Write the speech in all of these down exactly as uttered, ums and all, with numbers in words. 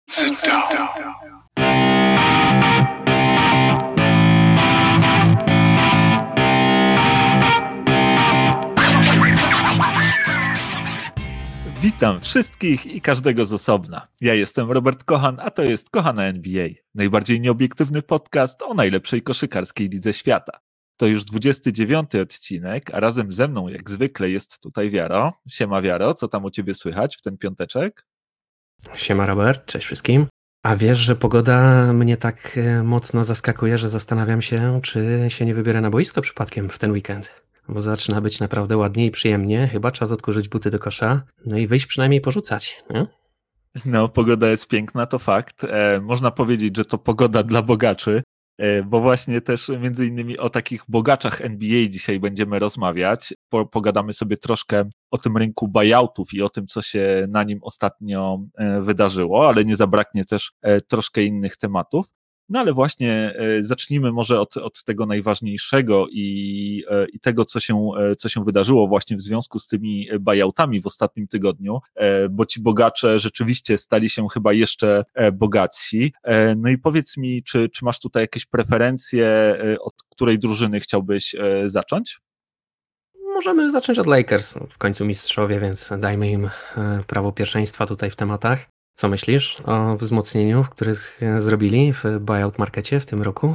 Sit down. Witam wszystkich i każdego z osobna. Ja jestem Robert Kochan, a to jest Kochana N B A, najbardziej nieobiektywny podcast o najlepszej koszykarskiej lidze świata. To już dwudziesty dziewiąty odcinek, a razem ze mną jak zwykle jest tutaj Wiaro. Siema Wiaro, co tam u ciebie słychać w ten piąteczek? Siema Robert, cześć wszystkim. A wiesz, że pogoda mnie tak mocno zaskakuje, że zastanawiam się, czy się nie wybiorę na boisko przypadkiem w ten weekend. Bo zaczyna być naprawdę ładnie i przyjemnie. Chyba czas odkurzyć buty do kosza, no i wyjść przynajmniej porzucać, nie? No, pogoda jest piękna, to fakt. E, można powiedzieć, że to pogoda dla bogaczy, e, bo właśnie też między innymi o takich bogaczach N B A dzisiaj będziemy rozmawiać. Po, pogadamy sobie troszkę o tym rynku buyoutów i o tym, co się na nim ostatnio e, wydarzyło, ale nie zabraknie też e, troszkę innych tematów. No ale właśnie e, zacznijmy może od, od tego najważniejszego i, e, i tego, co się, e, co się wydarzyło właśnie w związku z tymi buyoutami w ostatnim tygodniu, e, bo ci bogacze rzeczywiście stali się chyba jeszcze e, bogatsi. E, no i powiedz mi, czy, czy masz tutaj jakieś preferencje, e, od której drużyny chciałbyś e, zacząć? Możemy zacząć od Lakers, w końcu mistrzowie, więc dajmy im prawo pierwszeństwa tutaj w tematach. Co myślisz o wzmocnieniu, które zrobili w buyout markecie w tym roku?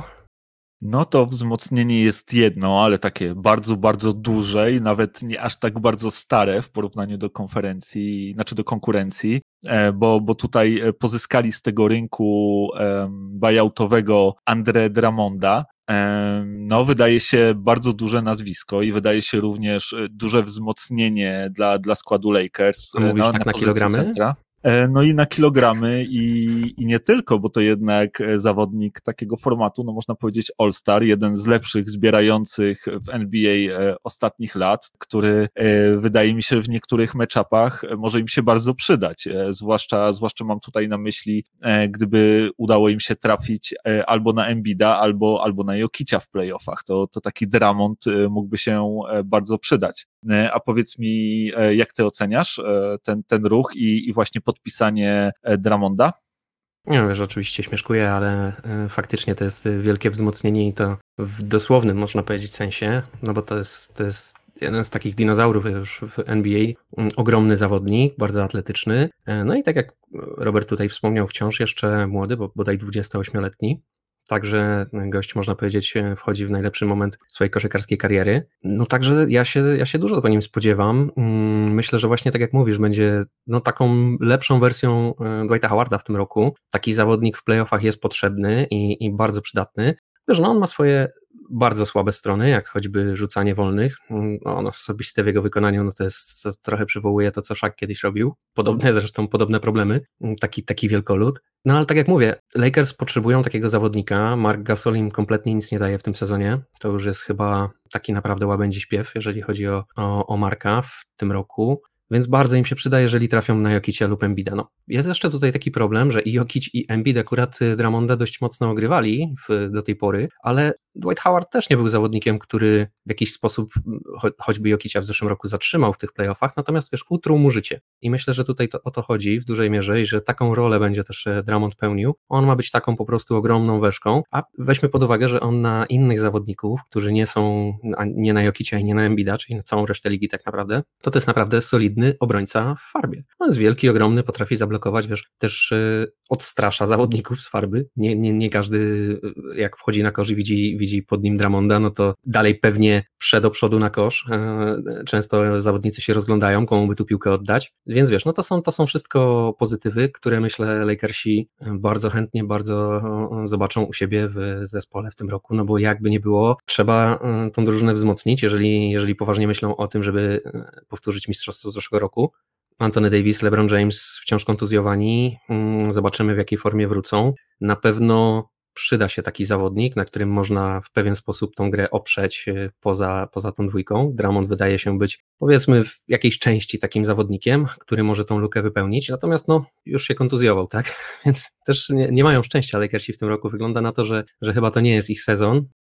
No to wzmocnienie jest jedno, ale takie bardzo, bardzo duże i nawet nie aż tak bardzo stare w porównaniu do konferencji, znaczy do konkurencji, bo, bo tutaj pozyskali z tego rynku um, buyoutowego Andre Drummonda. Um, no wydaje się bardzo duże nazwisko i wydaje się również duże wzmocnienie dla, dla składu Lakers. A mówisz no, tak na, na kilogramy? Centra. No i na kilogramy i, i nie tylko, bo to jednak zawodnik takiego formatu, no można powiedzieć All-Star, jeden z lepszych zbierających w N B A ostatnich lat, który wydaje mi się w niektórych matchupach może im się bardzo przydać, zwłaszcza, zwłaszcza mam tutaj na myśli, gdyby udało im się trafić albo na Embida, albo, albo na Jokicia w playoffach, to, to taki Drummond mógłby się bardzo przydać. A powiedz mi, jak ty oceniasz ten, ten ruch i, i właśnie podpisanie Drummonda? Nie wiesz, oczywiście śmieszkuję, ale faktycznie to jest wielkie wzmocnienie i to w dosłownym, można powiedzieć, sensie, no bo to jest, to jest jeden z takich dinozaurów już w N B A, ogromny zawodnik, bardzo atletyczny, no i tak jak Robert tutaj wspomniał, wciąż jeszcze młody, bo bodaj dwudziestoośmioletni. Także gość, można powiedzieć, wchodzi w najlepszy moment swojej koszykarskiej kariery. No także ja się, ja się dużo po nim spodziewam. Myślę, że właśnie tak jak mówisz, będzie no, taką lepszą wersją Dwighta Howarda w tym roku. Taki zawodnik w playoffach jest potrzebny i, i bardzo przydatny. Wiesz, no on ma swoje bardzo słabe strony, jak choćby rzucanie wolnych. No, no osobiste w jego wykonaniu, no to jest, to trochę przywołuje to, co Shaq kiedyś robił. Podobne zresztą, podobne problemy. Taki, taki wielkolud. No ale tak jak mówię, Lakers potrzebują takiego zawodnika. Marc Gasol im kompletnie nic nie daje w tym sezonie. To już jest chyba taki naprawdę łabędzi śpiew, jeżeli chodzi o, o, o Marka w tym roku. Więc bardzo im się przyda, jeżeli trafią na Jokicia lub Embida. No, jest jeszcze tutaj taki problem, że i Jokic i Embiid akurat Drummonda dość mocno ogrywali w, do tej pory, ale Dwight Howard też nie był zawodnikiem, który w jakiś sposób cho, choćby Jokicia w zeszłym roku zatrzymał w tych playoffach, natomiast wiesz, utruł mu życie. I myślę, że tutaj to, o to chodzi w dużej mierze i że taką rolę będzie też Drummond pełnił. On ma być taką po prostu ogromną weszką, a weźmy pod uwagę, że on na innych zawodników, którzy nie są, nie na Jokicia i nie na Embida, czyli na całą resztę ligi tak naprawdę, to to jest naprawdę solidny obrońca w farbie. On jest wielki, ogromny, potrafi zablokować, wiesz, też yy, odstrasza zawodników z farby. Nie, nie, nie każdy, yy, jak wchodzi na kosz i widzi, widzi pod nim Drummonda, no to dalej pewnie prze do przodu na kosz. Yy, często zawodnicy się rozglądają, komu by tu piłkę oddać. Więc wiesz, no to są, to są wszystko pozytywy, które myślę Lakersi bardzo chętnie, bardzo zobaczą u siebie w zespole w tym roku, no bo jakby nie było, trzeba tą drużynę wzmocnić, jeżeli, jeżeli poważnie myślą o tym, żeby powtórzyć mistrzostwo z zeszłego roku. Anthony Davis, LeBron James wciąż kontuzjowani, zobaczymy w jakiej formie wrócą. Na pewno przyda się taki zawodnik, na którym można w pewien sposób tą grę oprzeć poza, poza tą dwójką. Drummond wydaje się być, powiedzmy, w jakiejś części takim zawodnikiem, który może tą lukę wypełnić, natomiast no, już się kontuzjował, tak? Więc też nie, nie mają szczęścia Lakersi w tym roku. Wygląda na to, że, że chyba to nie jest ich sezon.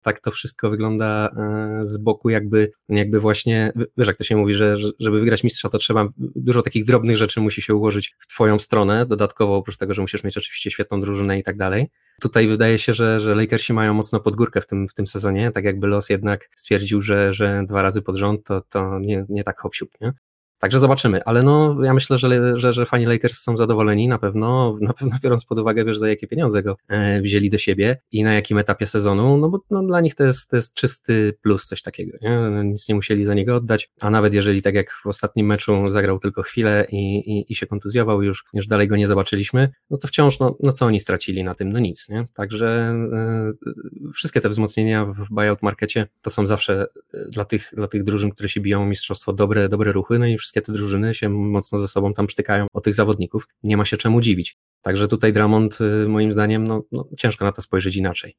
tak to wszystko wygląda z boku, jakby, jakby właśnie, wiesz jak to się mówi, że żeby wygrać mistrza, to trzeba dużo takich drobnych rzeczy musi się ułożyć w twoją stronę, dodatkowo oprócz tego, że musisz mieć oczywiście świetną drużynę i tak dalej. Tutaj wydaje się, że, że Lakersi mają mocno pod górkę w tym, w tym sezonie, tak jakby los jednak stwierdził, że, że dwa razy pod rząd to, to nie, nie tak hop-siup, nie? Także zobaczymy, ale no ja myślę, że, że, że fani Lakers są zadowoleni na pewno, na pewno biorąc pod uwagę, wiesz, za jakie pieniądze go e, wzięli do siebie i na jakim etapie sezonu, no bo no, dla nich to jest, to jest czysty plus, coś takiego, nie? Nic nie musieli za niego oddać, a nawet jeżeli tak jak w ostatnim meczu zagrał tylko chwilę i, i, i się kontuzjował, już, już dalej go nie zobaczyliśmy, no to wciąż, no, no co oni stracili na tym? No nic, nie? Także e, wszystkie te wzmocnienia w buyout markecie to są zawsze dla tych, dla tych drużyn, które się biją o mistrzostwo, dobre, dobre ruchy, no i wszystkie te drużyny się mocno ze sobą tam przytykają o tych zawodników. Nie ma się czemu dziwić. Także tutaj Drummond, moim zdaniem, no, no ciężko na to spojrzeć inaczej.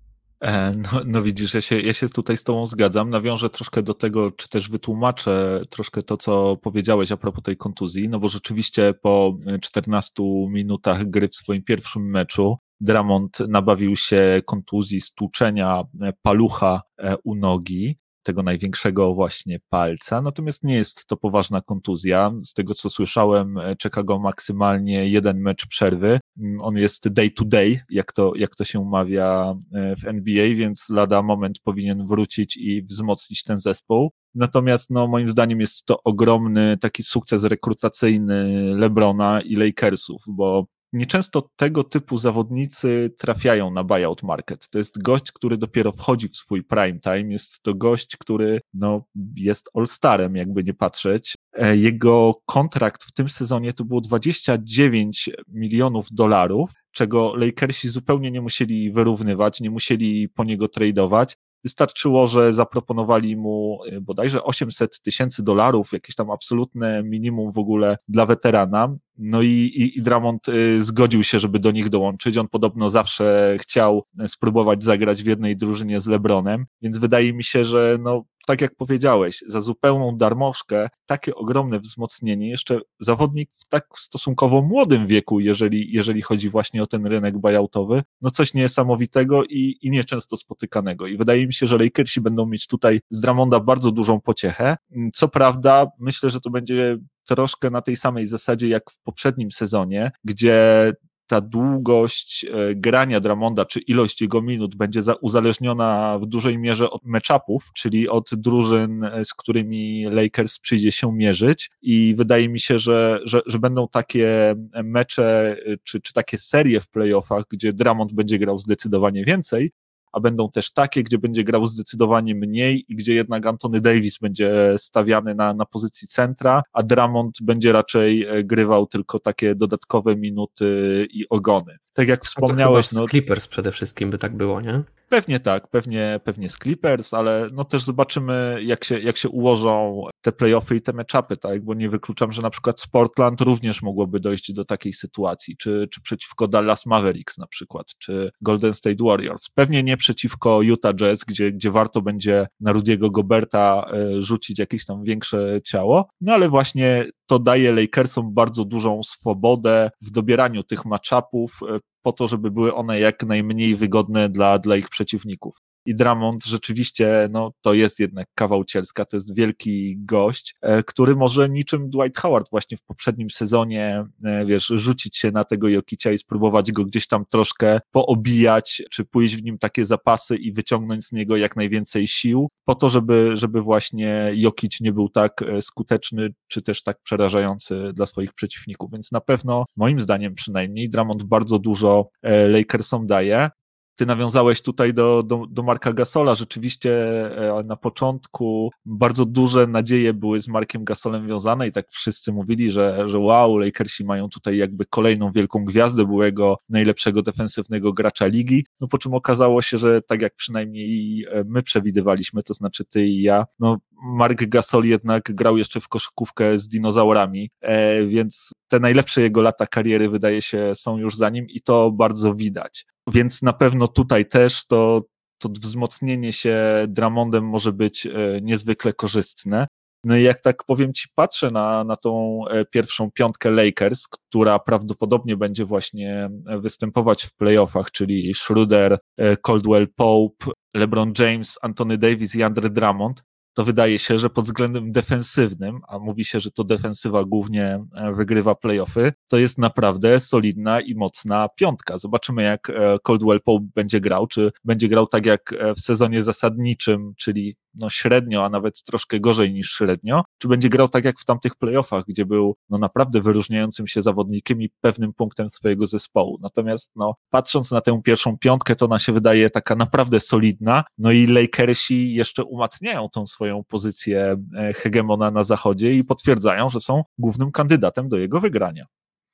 No, no widzisz, ja się, ja się tutaj z tobą zgadzam. Nawiążę troszkę do tego, czy też wytłumaczę troszkę to, co powiedziałeś a propos tej kontuzji, no bo rzeczywiście po czternastu minutach gry w swoim pierwszym meczu Drummond nabawił się kontuzji, stłuczenia palucha u nogi, tego największego właśnie palca, natomiast nie jest to poważna kontuzja. Z tego, co słyszałem, czeka go maksymalnie jeden mecz przerwy. On jest day to day, jak to, jak to się mawia w N B A, więc lada moment powinien wrócić i wzmocnić ten zespół. Natomiast no, moim zdaniem jest to ogromny taki sukces rekrutacyjny LeBrona i Lakersów, bo nieczęsto tego typu zawodnicy trafiają na buyout market. To jest gość, który dopiero wchodzi w swój prime time, jest to gość, który no, jest all-starem, jakby nie patrzeć. Jego kontrakt w tym sezonie to było dwadzieścia dziewięć milionów dolarów, czego Lakersi zupełnie nie musieli wyrównywać, nie musieli po niego tradeować. Wystarczyło, że zaproponowali mu bodajże osiemset tysięcy dolarów, jakieś tam absolutne minimum w ogóle dla weterana. No i, i, i Drummond y, zgodził się, żeby do nich dołączyć. On podobno zawsze chciał spróbować zagrać w jednej drużynie z LeBronem, więc wydaje mi się, że no, tak jak powiedziałeś, za zupełną darmożkę takie ogromne wzmocnienie, jeszcze zawodnik w tak stosunkowo młodym wieku, jeżeli, jeżeli chodzi właśnie o ten rynek buyoutowy, no coś niesamowitego i, i nieczęsto spotykanego. I wydaje mi się, że Lakersi będą mieć tutaj z Drummonda bardzo dużą pociechę. Co prawda, myślę, że to będzie troszkę na tej samej zasadzie jak w poprzednim sezonie, gdzie ta długość grania Drummonda, czy ilość jego minut będzie uzależniona w dużej mierze od matchupów, czyli od drużyn, z którymi Lakers przyjdzie się mierzyć i wydaje mi się, że, że, że będą takie mecze, czy, czy takie serie w playoffach, gdzie Drummond będzie grał zdecydowanie więcej, a będą też takie, gdzie będzie grał zdecydowanie mniej i gdzie jednak Anthony Davis będzie stawiany na, na pozycji centra, a Drummond będzie raczej grywał tylko takie dodatkowe minuty i ogony. Tak jak wspomniałeś... To chyba no, z Clippers przede wszystkim by tak było, nie? Pewnie tak, pewnie, pewnie z Clippers, ale no też zobaczymy, jak się, jak się ułożą te playoffy i te matchupy, tak, bo nie wykluczam, że na przykład z Portland również mogłoby dojść do takiej sytuacji, czy, czy przeciwko Dallas Mavericks na przykład, czy Golden State Warriors. Pewnie nie przeciwko Utah Jazz, gdzie, gdzie warto będzie na Rudiego Goberta rzucić jakieś tam większe ciało, no ale właśnie to daje Lakersom bardzo dużą swobodę w dobieraniu tych matchupów, po to, żeby były one jak najmniej wygodne dla, dla ich przeciwników. I Drummond rzeczywiście, no to jest jednak kawał cielska, to jest wielki gość, e, który może niczym Dwight Howard właśnie w poprzednim sezonie, e, wiesz, rzucić się na tego Jokicia i spróbować go gdzieś tam troszkę poobijać, czy pójść w nim takie zapasy i wyciągnąć z niego jak najwięcej sił, po to, żeby, żeby właśnie Jokic nie był tak skuteczny, czy też tak przerażający dla swoich przeciwników. Więc na pewno, moim zdaniem przynajmniej, Drummond bardzo dużo e, Lakersom daje. Ty nawiązałeś tutaj do, do, do Marka Gasola. Rzeczywiście na początku bardzo duże nadzieje były z Markiem Gasolem wiązane i tak wszyscy mówili, że, że wow, Lakersi mają tutaj jakby kolejną wielką gwiazdę, byłego najlepszego defensywnego gracza ligi, no po czym okazało się, że tak jak przynajmniej my przewidywaliśmy, to znaczy ty i ja, no Mark Gasol jednak grał jeszcze w koszykówkę z dinozaurami, e, więc te najlepsze jego lata kariery wydaje się są już za nim i to bardzo widać. Więc na pewno tutaj też to, to wzmocnienie się Drummondem może być niezwykle korzystne. No i jak tak powiem ci, patrzę na, na tą pierwszą piątkę Lakers, która prawdopodobnie będzie właśnie występować w playoffach, czyli Schroeder, Caldwell Pope, LeBron James, Anthony Davis i Andre Drummond, to wydaje się, że pod względem defensywnym, a mówi się, że to defensywa głównie wygrywa playoffy, to jest naprawdę solidna i mocna piątka. Zobaczymy, jak Caldwell Pope będzie grał, czy będzie grał tak jak w sezonie zasadniczym, czyli no średnio, a nawet troszkę gorzej niż średnio, czy będzie grał tak jak w tamtych playoffach, gdzie był no naprawdę wyróżniającym się zawodnikiem i pewnym punktem swojego zespołu. Natomiast no patrząc na tę pierwszą piątkę, to ona się wydaje taka naprawdę solidna, no i Lakersi jeszcze umacniają tą swoją pozycję hegemona na zachodzie i potwierdzają, że są głównym kandydatem do jego wygrania.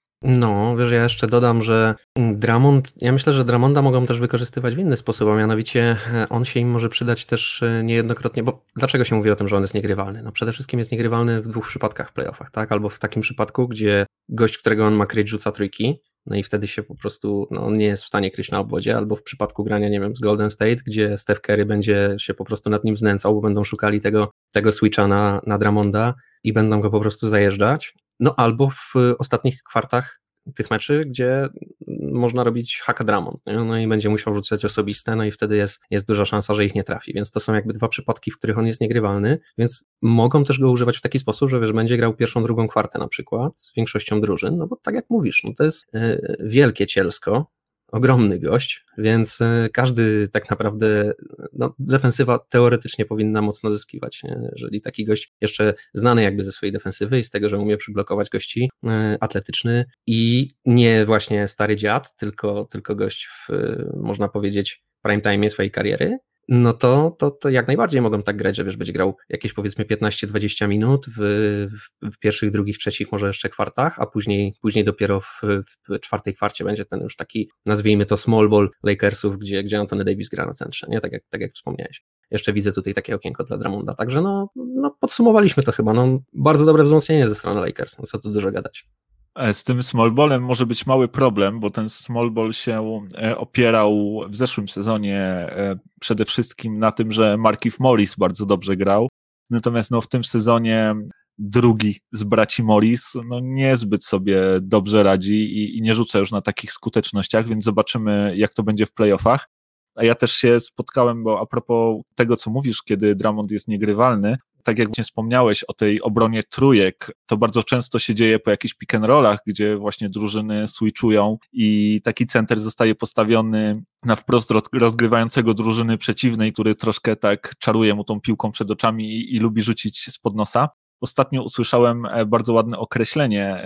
No, wiesz, ja jeszcze dodam, że Drummond, ja myślę, że Drummonda mogą też wykorzystywać w inny sposób, a mianowicie on się im może przydać też niejednokrotnie, bo dlaczego się mówi o tym, że on jest niegrywalny? No przede wszystkim jest niegrywalny w dwóch przypadkach w playoffach, tak? Albo w takim przypadku, gdzie gość, którego on ma kryć, rzuca trójki, no i wtedy się po prostu, no on nie jest w stanie kryć na obwodzie, albo w przypadku grania, nie wiem, z Golden State, gdzie Steph Curry będzie się po prostu nad nim znęcał, bo będą szukali tego, tego switcha na, na Drummonda i będą go po prostu zajeżdżać. No albo w ostatnich kwartach tych meczy, gdzie można robić haka Drummond, no i będzie musiał rzucać osobiste, no i wtedy jest, jest duża szansa, że ich nie trafi, więc to są jakby dwa przypadki, w których on jest niegrywalny, więc mogą też go używać w taki sposób, że wiesz, będzie grał pierwszą, drugą kwartę na przykład z większością drużyn, no bo tak jak mówisz, no to jest yy, wielkie cielsko, ogromny gość, więc każdy tak naprawdę, no defensywa teoretycznie powinna mocno zyskiwać, nie? Jeżeli taki gość jeszcze znany jakby ze swojej defensywy i z tego, że umie przyblokować gości, atletyczny i nie właśnie stary dziad, tylko, tylko gość w, można powiedzieć, prime time swojej kariery, no to, to, to jak najbardziej mogą tak grać, że wiesz, będzie grał jakieś powiedzmy piętnaście dwadzieścia minut w, w, w pierwszych, drugich, trzecich, może jeszcze kwartach, a później, później dopiero w, w czwartej kwarcie będzie ten już taki, nazwijmy to small ball Lakersów, gdzie, gdzie Anthony Davis gra na centrze, nie? Tak jak, tak jak wspomniałeś. Jeszcze widzę tutaj takie okienko dla Drummonda, także no, no podsumowaliśmy to chyba, no bardzo dobre wzmocnienie ze strony Lakers, no co tu dużo gadać. Z tym small ballem może być mały problem, bo ten small ball się opierał w zeszłym sezonie przede wszystkim na tym, że Markieff Morris bardzo dobrze grał, natomiast no w tym sezonie drugi z braci Morris no niezbyt sobie dobrze radzi i, i nie rzuca już na takich skutecznościach, więc zobaczymy, jak to będzie w playoffach. A ja też się spotkałem, bo a propos tego, co mówisz, kiedy Drummond jest niegrywalny, tak jak właśnie wspomniałeś o tej obronie trójek, to bardzo często się dzieje po jakichś pick and rollach, gdzie właśnie drużyny switchują i taki center zostaje postawiony na wprost rozgrywającego drużyny przeciwnej, który troszkę tak czaruje mu tą piłką przed oczami i, i lubi rzucić spod nosa. Ostatnio usłyszałem bardzo ładne określenie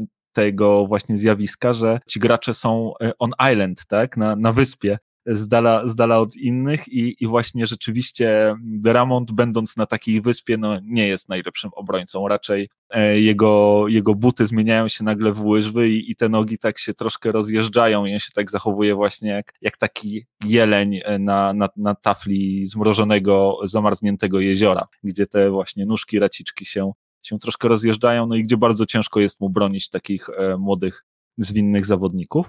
tego właśnie zjawiska, że ci gracze są on island, tak, na, na wyspie, z dala, z dala od innych i, i właśnie rzeczywiście Drummond, będąc na takiej wyspie, no nie jest najlepszym obrońcą, raczej e, jego, jego buty zmieniają się nagle w łyżwy i, i te nogi tak się troszkę rozjeżdżają i on się tak zachowuje właśnie jak, jak taki jeleń na, na, na tafli zmrożonego, zamarzniętego jeziora, gdzie te właśnie nóżki, raciczki się, się troszkę rozjeżdżają, no i gdzie bardzo ciężko jest mu bronić takich e, młodych, zwinnych zawodników.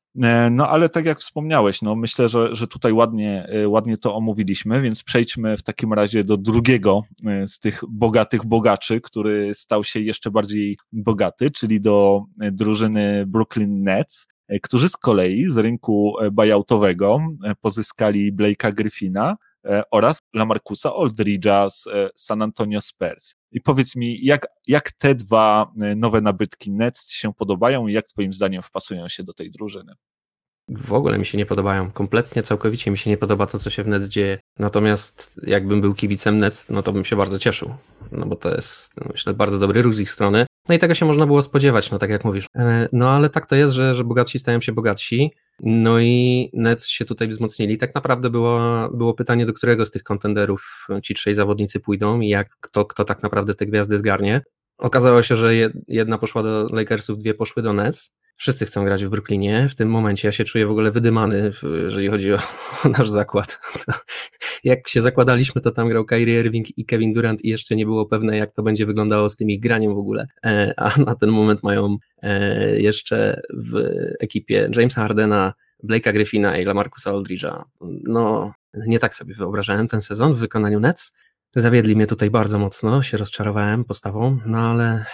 No ale tak jak wspomniałeś, no myślę, że, że tutaj ładnie, ładnie to omówiliśmy, więc przejdźmy w takim razie do drugiego z tych bogatych bogaczy, który stał się jeszcze bardziej bogaty, czyli do drużyny Brooklyn Nets, którzy z kolei z rynku buyoutowego pozyskali Blake'a Griffina oraz LaMarcusa Aldridge'a z San Antonio Spurs. I powiedz mi, jak, jak te dwa nowe nabytki Nets ci się podobają i jak twoim zdaniem wpasują się do tej drużyny? W ogóle mi się nie podobają. Kompletnie, całkowicie mi się nie podoba to, co się w Nets dzieje. Natomiast jakbym był kibicem Nets, no to bym się bardzo cieszył. No bo to jest, myślę, bardzo dobry ruch z ich strony. No i tego się można było spodziewać, no tak jak mówisz. No ale tak to jest, że, że bogatsi stają się bogatsi. No i Nets się tutaj wzmocnili. Tak naprawdę było, było pytanie, do którego z tych kontenderów ci trzej zawodnicy pójdą i jak kto, kto tak naprawdę te gwiazdy zgarnie. Okazało się, że jedna poszła do Lakersów, dwie poszły do Nets. Wszyscy chcą grać w Brooklynie. W tym momencie ja się czuję w ogóle wydymany, jeżeli chodzi o, o nasz zakład. To jak się zakładaliśmy, to tam grał Kyrie Irving i Kevin Durant i jeszcze nie było pewne, jak to będzie wyglądało z tym ich graniem w ogóle. E, a na ten moment mają e, jeszcze w ekipie Jamesa Hardena, Blake'a Griffina i LaMarcusa Aldridge'a. No, nie tak sobie wyobrażałem ten sezon w wykonaniu Nets. Zawiedli mnie tutaj bardzo mocno, się rozczarowałem postawą, no ale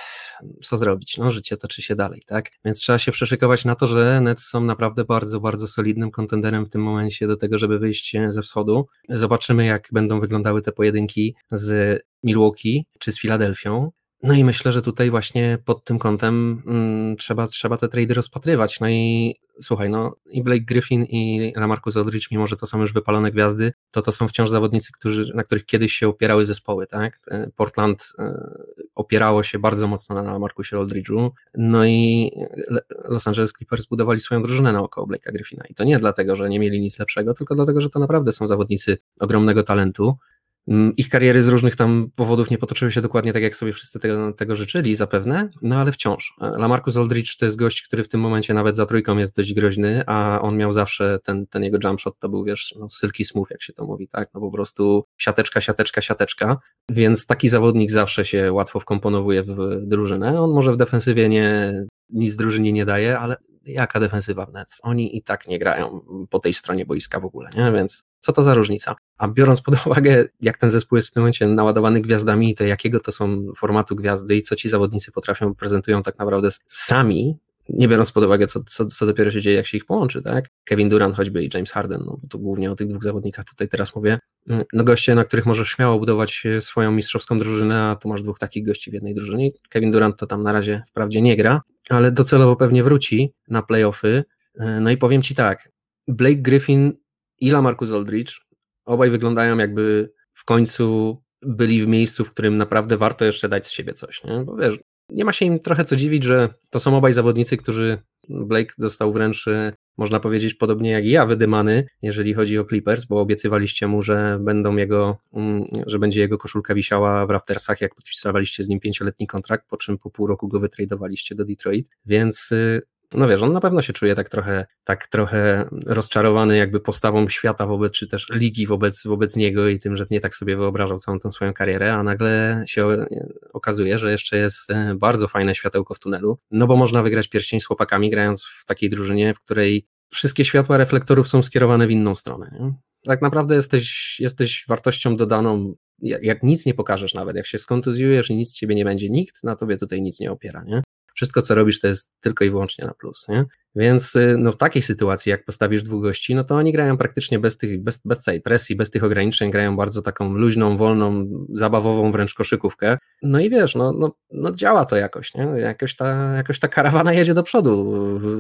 co zrobić? No życie toczy się dalej, tak? Więc trzeba się przeszykować na to, że Nets są naprawdę bardzo, bardzo solidnym kontenderem w tym momencie do tego, żeby wyjść ze wschodu. Zobaczymy, jak będą wyglądały te pojedynki z Milwaukee czy z Filadelfią. No i myślę, że tutaj właśnie pod tym kątem mm, trzeba, trzeba te trady rozpatrywać. No i słuchaj, no i Blake Griffin i LaMarcus Aldridge, mimo że to są już wypalone gwiazdy, to to są wciąż zawodnicy, którzy, na których kiedyś się opierały zespoły, tak? Portland e, opierało się bardzo mocno na LaMarcusie Aldridge'u, no i Los Angeles Clippers budowali swoją drużynę naokoło Blake'a Griffina i to nie dlatego, że nie mieli nic lepszego, tylko dlatego, że to naprawdę są zawodnicy ogromnego talentu. Ich kariery z różnych tam powodów nie potoczyły się dokładnie tak, jak sobie wszyscy tego, tego życzyli zapewne, no ale wciąż. LaMarcus Aldridge to jest gość, który w tym momencie nawet za trójką jest dość groźny, a on miał zawsze ten, ten jego jump shot, to był, wiesz, no, silky smooth, jak się to mówi, tak, no po prostu siateczka, siateczka, siateczka, więc taki zawodnik zawsze się łatwo wkomponowuje w drużynę. On może w defensywie nie, nic drużynie nie daje, ale jaka defensywa w Nets? Oni i tak nie grają po tej stronie boiska w ogóle, nie? Więc co to za różnica? A biorąc pod uwagę, jak ten zespół jest w tym momencie naładowany gwiazdami i to jakiego to są formatu gwiazdy i co ci zawodnicy potrafią, prezentują tak naprawdę sami, nie biorąc pod uwagę, co, co, co dopiero się dzieje, jak się ich połączy, tak? Kevin Durant choćby i James Harden, no to głównie o tych dwóch zawodnikach tutaj teraz mówię. No goście, na których możesz śmiało budować swoją mistrzowską drużynę, a tu masz dwóch takich gości w jednej drużynie. Kevin Durant to tam na razie wprawdzie nie gra, ale docelowo pewnie wróci na play-offy. No i powiem ci tak, Blake Griffin i LaMarcus Aldridge obaj wyglądają, jakby w końcu byli w miejscu, w którym naprawdę warto jeszcze dać z siebie coś, nie? Bo wiesz, nie ma się im trochę co dziwić, że to są obaj zawodnicy, którzy Blake dostał wręcz, można powiedzieć, podobnie jak i ja, wydymany, jeżeli chodzi o Clippers, bo obiecywaliście mu, że będą jego, że będzie jego koszulka wisiała w raftersach, jak podpisywaliście z nim pięcioletni kontrakt, po czym po pół roku go wytradowaliście do Detroit, więc no wiesz, on na pewno się czuje tak trochę, tak trochę rozczarowany jakby postawą świata wobec, czy też ligi wobec, wobec niego i tym, że nie tak sobie wyobrażał całą tą swoją karierę, a nagle się okazuje, że jeszcze jest bardzo fajne światełko w tunelu, no bo można wygrać pierścień z chłopakami, grając w takiej drużynie, w której wszystkie światła reflektorów są skierowane w inną stronę. Nie? Tak naprawdę jesteś, jesteś wartością dodaną, jak, jak nic nie pokażesz nawet, jak się skontuzjujesz i nic z ciebie nie będzie, nikt na tobie tutaj nic nie opiera, nie? Wszystko, co robisz, to jest tylko i wyłącznie na plus, nie? Więc no, w takiej sytuacji, jak postawisz dwóch gości, no to oni grają praktycznie bez tych, bez, bez całej presji, bez tych ograniczeń, grają bardzo taką luźną, wolną, zabawową wręcz koszykówkę. No i wiesz, no, no, no działa to jakoś, nie? Jakoś ta, jakoś ta karawana jedzie do przodu.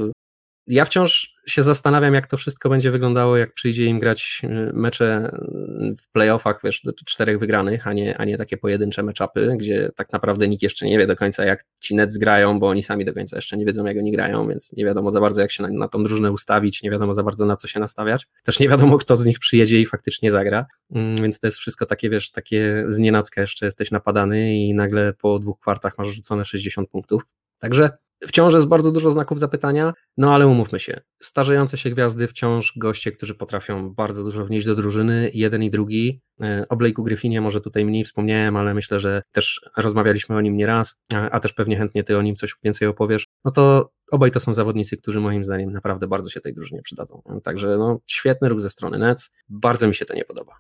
Ja wciąż się zastanawiam, jak to wszystko będzie wyglądało, jak przyjdzie im grać mecze w playoffach, wiesz, do czterech wygranych, a nie, a nie takie pojedyncze matchupy, gdzie tak naprawdę nikt jeszcze nie wie do końca, jak ci Nets grają, bo oni sami do końca jeszcze nie wiedzą, jak oni grają, więc nie wiadomo za bardzo, jak się na, na tą drużynę ustawić, nie wiadomo za bardzo, na co się nastawiać. Też nie wiadomo, kto z nich przyjedzie i faktycznie zagra, więc to jest wszystko takie, wiesz, takie znienacka, jeszcze jesteś napadany i nagle po dwóch kwartach masz rzucone sześćdziesiąt punktów. Także wciąż jest bardzo dużo znaków zapytania, no ale umówmy się, starzejące się gwiazdy, wciąż goście, którzy potrafią bardzo dużo wnieść do drużyny, jeden i drugi. O Blake'u Griffinie może tutaj mniej wspomniałem, ale myślę, że też rozmawialiśmy o nim nieraz, a też pewnie chętnie ty o nim coś więcej opowiesz. No to obaj to są zawodnicy, którzy moim zdaniem naprawdę bardzo się tej drużynie przydadzą. Także no, świetny ruch ze strony Nets, bardzo mi się to nie podoba.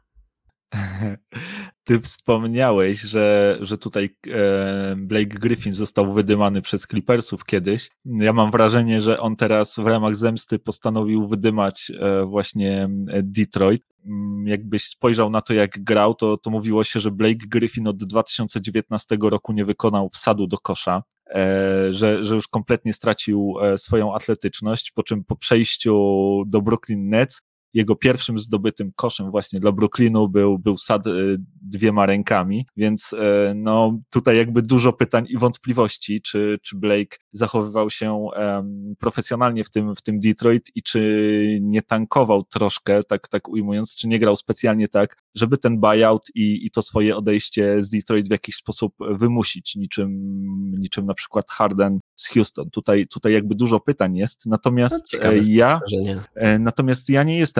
Ty wspomniałeś, że, że tutaj e, Blake Griffin został wydymany przez Clippersów kiedyś. Ja mam wrażenie, że on teraz w ramach zemsty postanowił wydymać e, właśnie Detroit. Jakbyś spojrzał na to, jak grał, to, to mówiło się, że Blake Griffin od dwa tysiące dziewiętnastego roku nie wykonał wsadu do kosza, e, że, że już kompletnie stracił e, swoją atletyczność, po czym po przejściu do Brooklyn Nets jego pierwszym zdobytym koszem właśnie dla Brooklynu był, był sad dwiema rękami, więc no tutaj jakby dużo pytań i wątpliwości, czy, czy Blake zachowywał się um, profesjonalnie w tym, w tym Detroit i czy nie tankował troszkę, tak, tak ujmując, czy nie grał specjalnie tak, żeby ten buyout i, i to swoje odejście z Detroit w jakiś sposób wymusić, niczym, niczym na przykład Harden z Houston. Tutaj, tutaj jakby dużo pytań jest, natomiast no, ja, natomiast ja nie jestem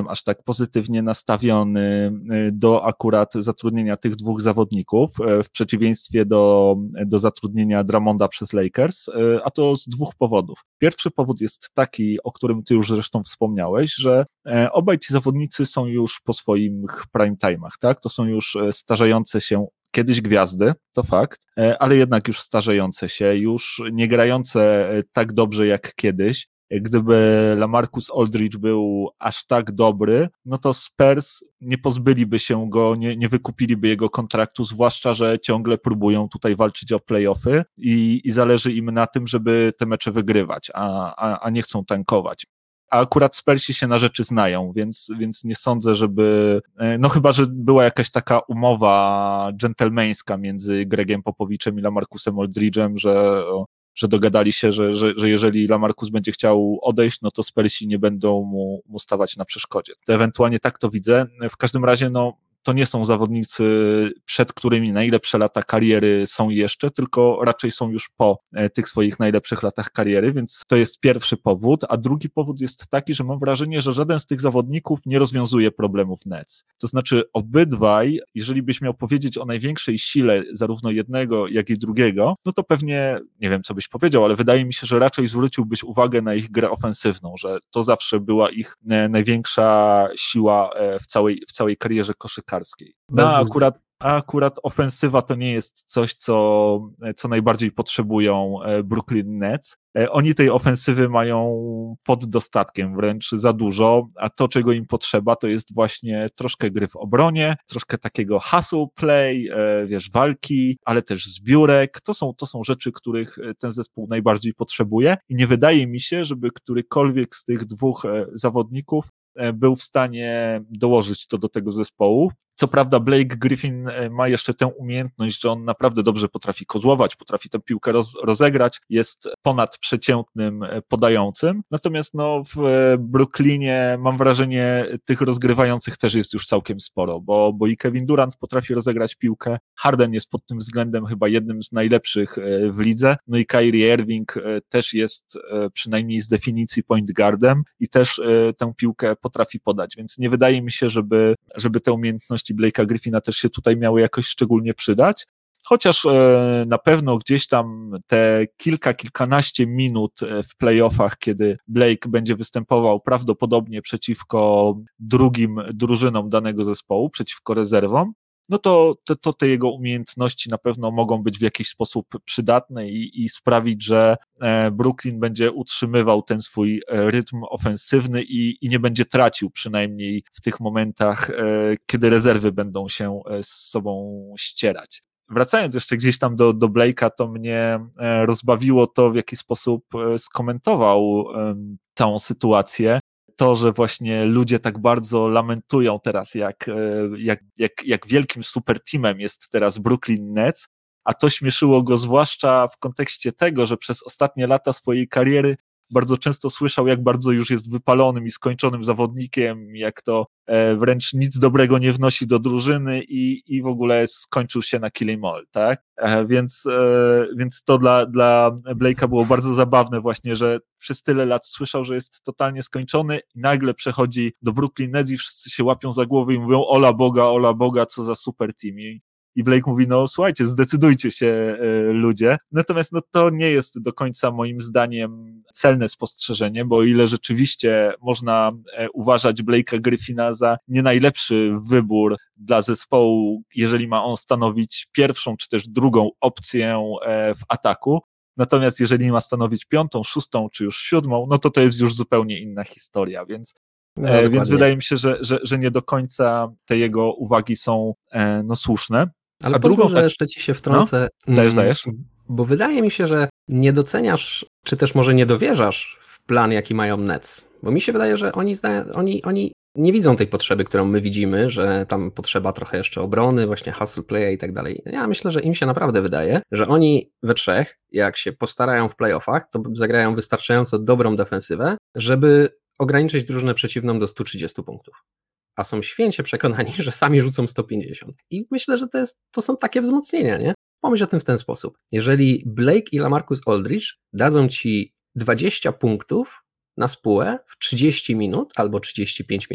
jestem aż tak pozytywnie nastawiony do akurat zatrudnienia tych dwóch zawodników, w przeciwieństwie do, do zatrudnienia Drummonda przez Lakers, a to z dwóch powodów. Pierwszy powód jest taki, o którym ty już zresztą wspomniałeś, że obaj ci zawodnicy są już po swoich prime time'ach, tak? To są już starzejące się kiedyś gwiazdy, to fakt, ale jednak już starzejące się, już nie grające tak dobrze jak kiedyś. Gdyby LaMarcus Aldridge był aż tak dobry, no to Spurs nie pozbyliby się go, nie, nie wykupiliby jego kontraktu, zwłaszcza, że ciągle próbują tutaj walczyć o play-offy i, i zależy im na tym, żeby te mecze wygrywać, a, a, a nie chcą tankować. A akurat Spursi się na rzeczy znają, więc, więc nie sądzę, żeby, no chyba, że była jakaś taka umowa dżentelmeńska między Gregiem Popowiczem i LaMarcusem Aldridge'em, że, że dogadali się, że, że, że jeżeli LaMarcus będzie chciał odejść, no to Spursi nie będą mu, mu stawać na przeszkodzie. To ewentualnie tak to widzę. W każdym razie, no, to nie są zawodnicy, przed którymi najlepsze lata kariery są jeszcze, tylko raczej są już po tych swoich najlepszych latach kariery, więc to jest pierwszy powód, a drugi powód jest taki, że mam wrażenie, że żaden z tych zawodników nie rozwiązuje problemów Nets. To znaczy obydwaj, jeżeli byś miał powiedzieć o największej sile zarówno jednego, jak i drugiego, no to pewnie, nie wiem co byś powiedział, ale wydaje mi się, że raczej zwróciłbyś uwagę na ich grę ofensywną, że to zawsze była ich największa siła w całej, w całej karierze koszykarskiej. No, akurat, a akurat ofensywa to nie jest coś, co, co najbardziej potrzebują Brooklyn Nets. Oni tej ofensywy mają pod dostatkiem, wręcz za dużo, a to, czego im potrzeba, to jest właśnie troszkę gry w obronie, troszkę takiego hustle play, wiesz, walki, ale też zbiórek. To są, to są rzeczy, których ten zespół najbardziej potrzebuje i nie wydaje mi się, żeby którykolwiek z tych dwóch zawodników był w stanie dołożyć to do tego zespołu. Co prawda Blake Griffin ma jeszcze tę umiejętność, że on naprawdę dobrze potrafi kozłować, potrafi tę piłkę roz, rozegrać, jest ponadprzeciętnym podającym, natomiast no w Brooklynie mam wrażenie tych rozgrywających też jest już całkiem sporo, bo, bo i Kevin Durant potrafi rozegrać piłkę, Harden jest pod tym względem chyba jednym z najlepszych w lidze, no i Kyrie Irving też jest przynajmniej z definicji point guardem i też tę piłkę potrafi podać, więc nie wydaje mi się, żeby, żeby te umiejętności Blake'a Griffina też się tutaj miały jakoś szczególnie przydać, chociaż na pewno gdzieś tam te kilka, kilkanaście minut w playoffach, kiedy Blake będzie występował prawdopodobnie przeciwko drugim drużynom danego zespołu, przeciwko rezerwom, no to, to, to te jego umiejętności na pewno mogą być w jakiś sposób przydatne i, i sprawić, że Brooklyn będzie utrzymywał ten swój rytm ofensywny i, i nie będzie tracił przynajmniej w tych momentach, kiedy rezerwy będą się z sobą ścierać. Wracając jeszcze gdzieś tam do, do Blake'a, to mnie rozbawiło to, w jaki sposób skomentował całą sytuację. To, że właśnie ludzie tak bardzo lamentują teraz, jak, jak, jak, jak wielkim super teamem jest teraz Brooklyn Nets, a to śmieszyło go zwłaszcza w kontekście tego, że przez ostatnie lata swojej kariery bardzo często słyszał, jak bardzo już jest wypalonym i skończonym zawodnikiem, jak to e, wręcz nic dobrego nie wnosi do drużyny i, i w ogóle skończył się na Killing All, tak? E, więc, e, więc to dla, dla Blake'a było bardzo zabawne właśnie, że przez tyle lat słyszał, że jest totalnie skończony i nagle przechodzi do Brooklyn Nets i wszyscy się łapią za głowę i mówią ola Boga, ola Boga, co za super team. I I Blake mówi, no słuchajcie, zdecydujcie się y, ludzie. Natomiast no to nie jest do końca moim zdaniem celne spostrzeżenie, bo o ile rzeczywiście można y, uważać Blake'a Griffina za nie najlepszy wybór dla zespołu, jeżeli ma on stanowić pierwszą czy też drugą opcję y, w ataku, natomiast jeżeli ma stanowić piątą, szóstą czy już siódmą, no to to jest już zupełnie inna historia, więc No, e, więc wydaje mi się, że, że, że nie do końca te jego uwagi są e, no, słuszne. Ale A pozwól, drugą, że tak... jeszcze ci się wtrącę. No, dajesz, dajesz. Bo wydaje mi się, że nie doceniasz, czy też może nie dowierzasz w plan, jaki mają Nets. Bo mi się wydaje, że oni, zna, oni, oni nie widzą tej potrzeby, którą my widzimy, że tam potrzeba trochę jeszcze obrony, właśnie hustle play i tak dalej. Ja myślę, że im się naprawdę wydaje, że oni we trzech, jak się postarają w playoffach, to zagrają wystarczająco dobrą defensywę, żeby ograniczyć drużynę przeciwną do stu trzydziestu punktów. A są święcie przekonani, że sami rzucą sto pięćdziesiąt. I myślę, że to, jest, to są takie wzmocnienia, nie? Pomyśl o tym w ten sposób. Jeżeli Blake i LaMarcus Aldridge dadzą ci dwadzieścia punktów na spółę w trzydzieści minut albo trzydzieści pięć minut,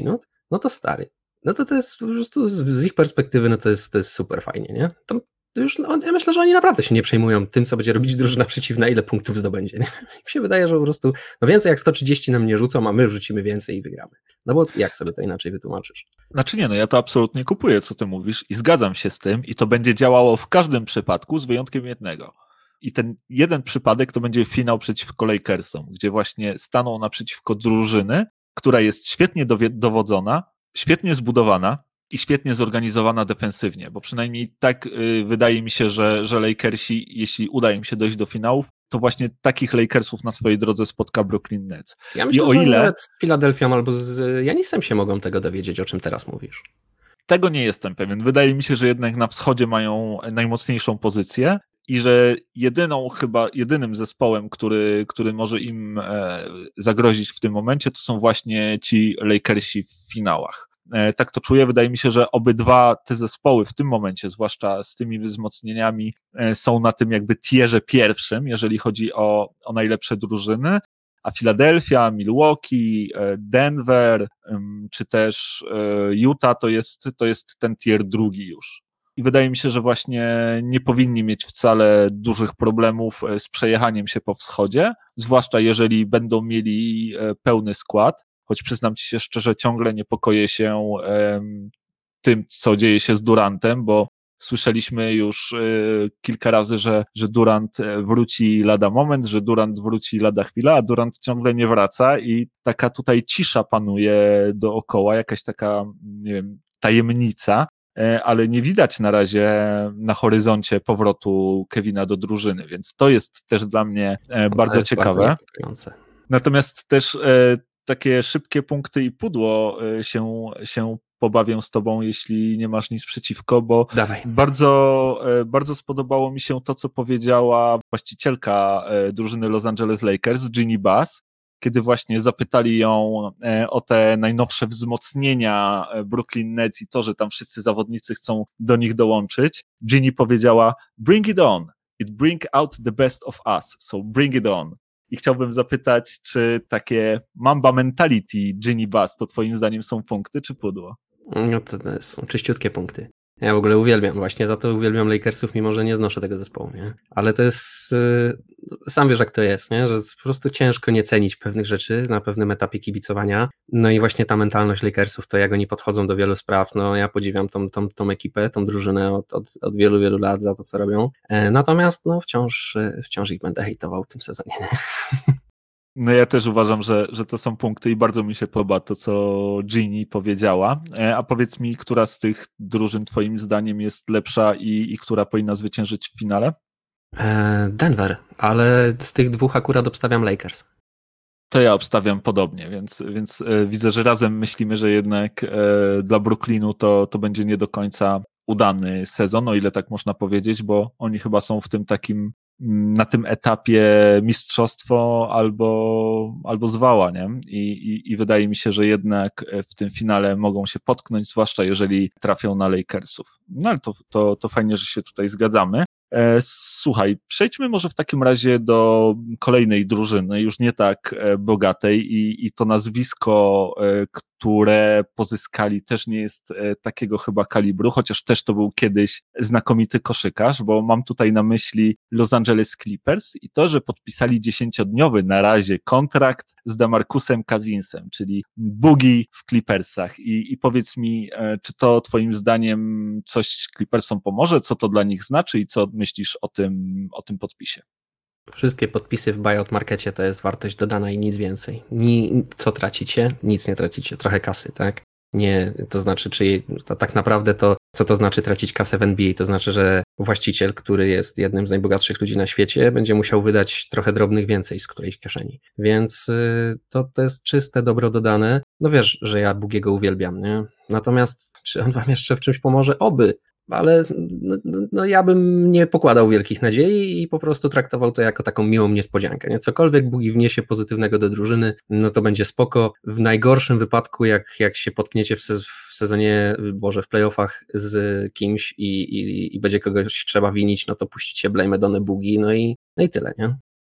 no to stary, no to to jest po prostu z ich perspektywy, no to jest, to jest super fajnie, nie? To już, no, ja myślę, że oni naprawdę się nie przejmują tym, co będzie robić drużyna przeciwna, ile punktów zdobędzie. Nie? Mi się wydaje, że po prostu no więcej jak sto trzydzieści nam nie rzucą, a my rzucimy więcej i wygramy. No bo jak sobie to inaczej wytłumaczysz? Znaczy nie, no ja to absolutnie kupuję, co ty mówisz i zgadzam się z tym i to będzie działało w każdym przypadku z wyjątkiem jednego. I ten jeden przypadek to będzie finał przeciwko Lakersom, gdzie właśnie staną naprzeciwko drużyny, która jest świetnie dowie- dowodzona, świetnie zbudowana i świetnie zorganizowana defensywnie, bo przynajmniej tak yy, wydaje mi się, że, że Lakersi, jeśli uda im się dojść do finałów, to właśnie takich Lakersów na swojej drodze spotka Brooklyn Nets. Ja myślę, I o że ile nawet z Filadelfią albo z Janisem się mogą tego dowiedzieć, o czym teraz mówisz. Tego nie jestem pewien. Wydaje mi się, że jednak na wschodzie mają najmocniejszą pozycję i że jedyną chyba, jedynym zespołem, który, który może im e, zagrozić w tym momencie, to są właśnie ci Lakersi w finałach. E, tak to czuję. Wydaje mi się, że obydwa te zespoły w tym momencie, zwłaszcza z tymi wzmocnieniami, e, są na tym jakby tierze pierwszym, jeżeli chodzi o, o najlepsze drużyny. A Filadelfia, Milwaukee, Denver, czy też Utah to jest, to jest ten tier drugi już. I wydaje mi się, że właśnie nie powinni mieć wcale dużych problemów z przejechaniem się po wschodzie, zwłaszcza jeżeli będą mieli pełny skład, choć przyznam ci się szczerze, ciągle niepokoję się tym, co dzieje się z Durantem, bo słyszeliśmy już y, kilka razy, że, że Durant wróci lada moment, że Durant wróci lada chwila, a Durant ciągle nie wraca i taka tutaj cisza panuje dookoła, jakaś taka, nie wiem, tajemnica, y, ale nie widać na razie na horyzoncie powrotu Kevina do drużyny, więc to jest też dla mnie y, bardzo ciekawe. Bardzo Natomiast też y, takie szybkie punkty i pudło y, się, się pobawię z tobą, jeśli nie masz nic przeciwko, bo Dawaj. bardzo, bardzo spodobało mi się to, co powiedziała właścicielka drużyny Los Angeles Lakers, Jeanie Buss, kiedy właśnie zapytali ją o te najnowsze wzmocnienia Brooklyn Nets i to, że tam wszyscy zawodnicy chcą do nich dołączyć. Jeanie powiedziała, bring it on, it bring out the best of us, so bring it on. I chciałbym zapytać, czy takie Mamba mentality Jeanie Buss to twoim zdaniem są punkty, czy pudło? No to, to są czyściutkie punkty. Ja w ogóle uwielbiam, właśnie za to uwielbiam Lakersów, mimo że nie znoszę tego zespołu, nie? Ale to jest, yy, sam wiesz jak to jest, nie? Że jest po prostu ciężko nie cenić pewnych rzeczy na pewnym etapie kibicowania. No i właśnie ta mentalność Lakersów, to jak oni podchodzą do wielu spraw, no ja podziwiam tą, tą, tą ekipę, tą drużynę od, od, od wielu, wielu lat za to, co robią. E, natomiast no wciąż, wciąż ich będę hejtował w tym sezonie, nie? No ja też uważam, że, że to są punkty i bardzo mi się podoba to, co Jeanie powiedziała. A powiedz mi, która z tych drużyn twoim zdaniem jest lepsza i, i która powinna zwyciężyć w finale? Denver, ale z tych dwóch akurat obstawiam Lakers. To ja obstawiam podobnie, więc, więc widzę, że razem myślimy, że jednak dla Brooklynu to, to będzie nie do końca udany sezon, o ile tak można powiedzieć, bo oni chyba są w tym takim na tym etapie mistrzostwo albo, albo zwała, nie? I, i, I wydaje mi się, że jednak w tym finale mogą się potknąć, zwłaszcza jeżeli trafią na Lakersów. No ale to, to, to fajnie, że się tutaj zgadzamy. Słuchaj, przejdźmy może w takim razie do kolejnej drużyny, już nie tak bogatej i, i to nazwisko, które pozyskali, też nie jest takiego chyba kalibru, chociaż też to był kiedyś znakomity koszykarz, bo mam tutaj na myśli Los Angeles Clippers i to, że podpisali dziesięciodniowy na razie kontrakt z DeMarcusem Cousinsem, czyli Boogie w Clippersach. I, i powiedz mi, czy to twoim zdaniem coś Clippersom pomoże, co to dla nich znaczy i co myślisz o tym, o tym podpisie? Wszystkie podpisy w buyout markecie to jest wartość dodana i nic więcej. Ni, co tracicie? Nic nie tracicie. Trochę kasy, tak? Nie, to znaczy, czy to tak naprawdę to, co to znaczy tracić kasę w N B A? To znaczy, że właściciel, który jest jednym z najbogatszych ludzi na świecie, będzie musiał wydać trochę drobnych więcej z którejś kieszeni. Więc y, to, to jest czyste dobro dodane. No wiesz, że ja Boogiego uwielbiam, nie? Natomiast czy on wam jeszcze w czymś pomoże? Oby. Ale no, no ja bym nie pokładał wielkich nadziei i po prostu traktował to jako taką miłą niespodziankę. Nie? Cokolwiek Boogie wniesie pozytywnego do drużyny, no to będzie spoko. W najgorszym wypadku, jak, jak się potkniecie w, sez- w sezonie, Boże, w playoffach z kimś i, i, i będzie kogoś trzeba winić, no to puścicie Blame Donne Boogie, no i, no i tyle, nie?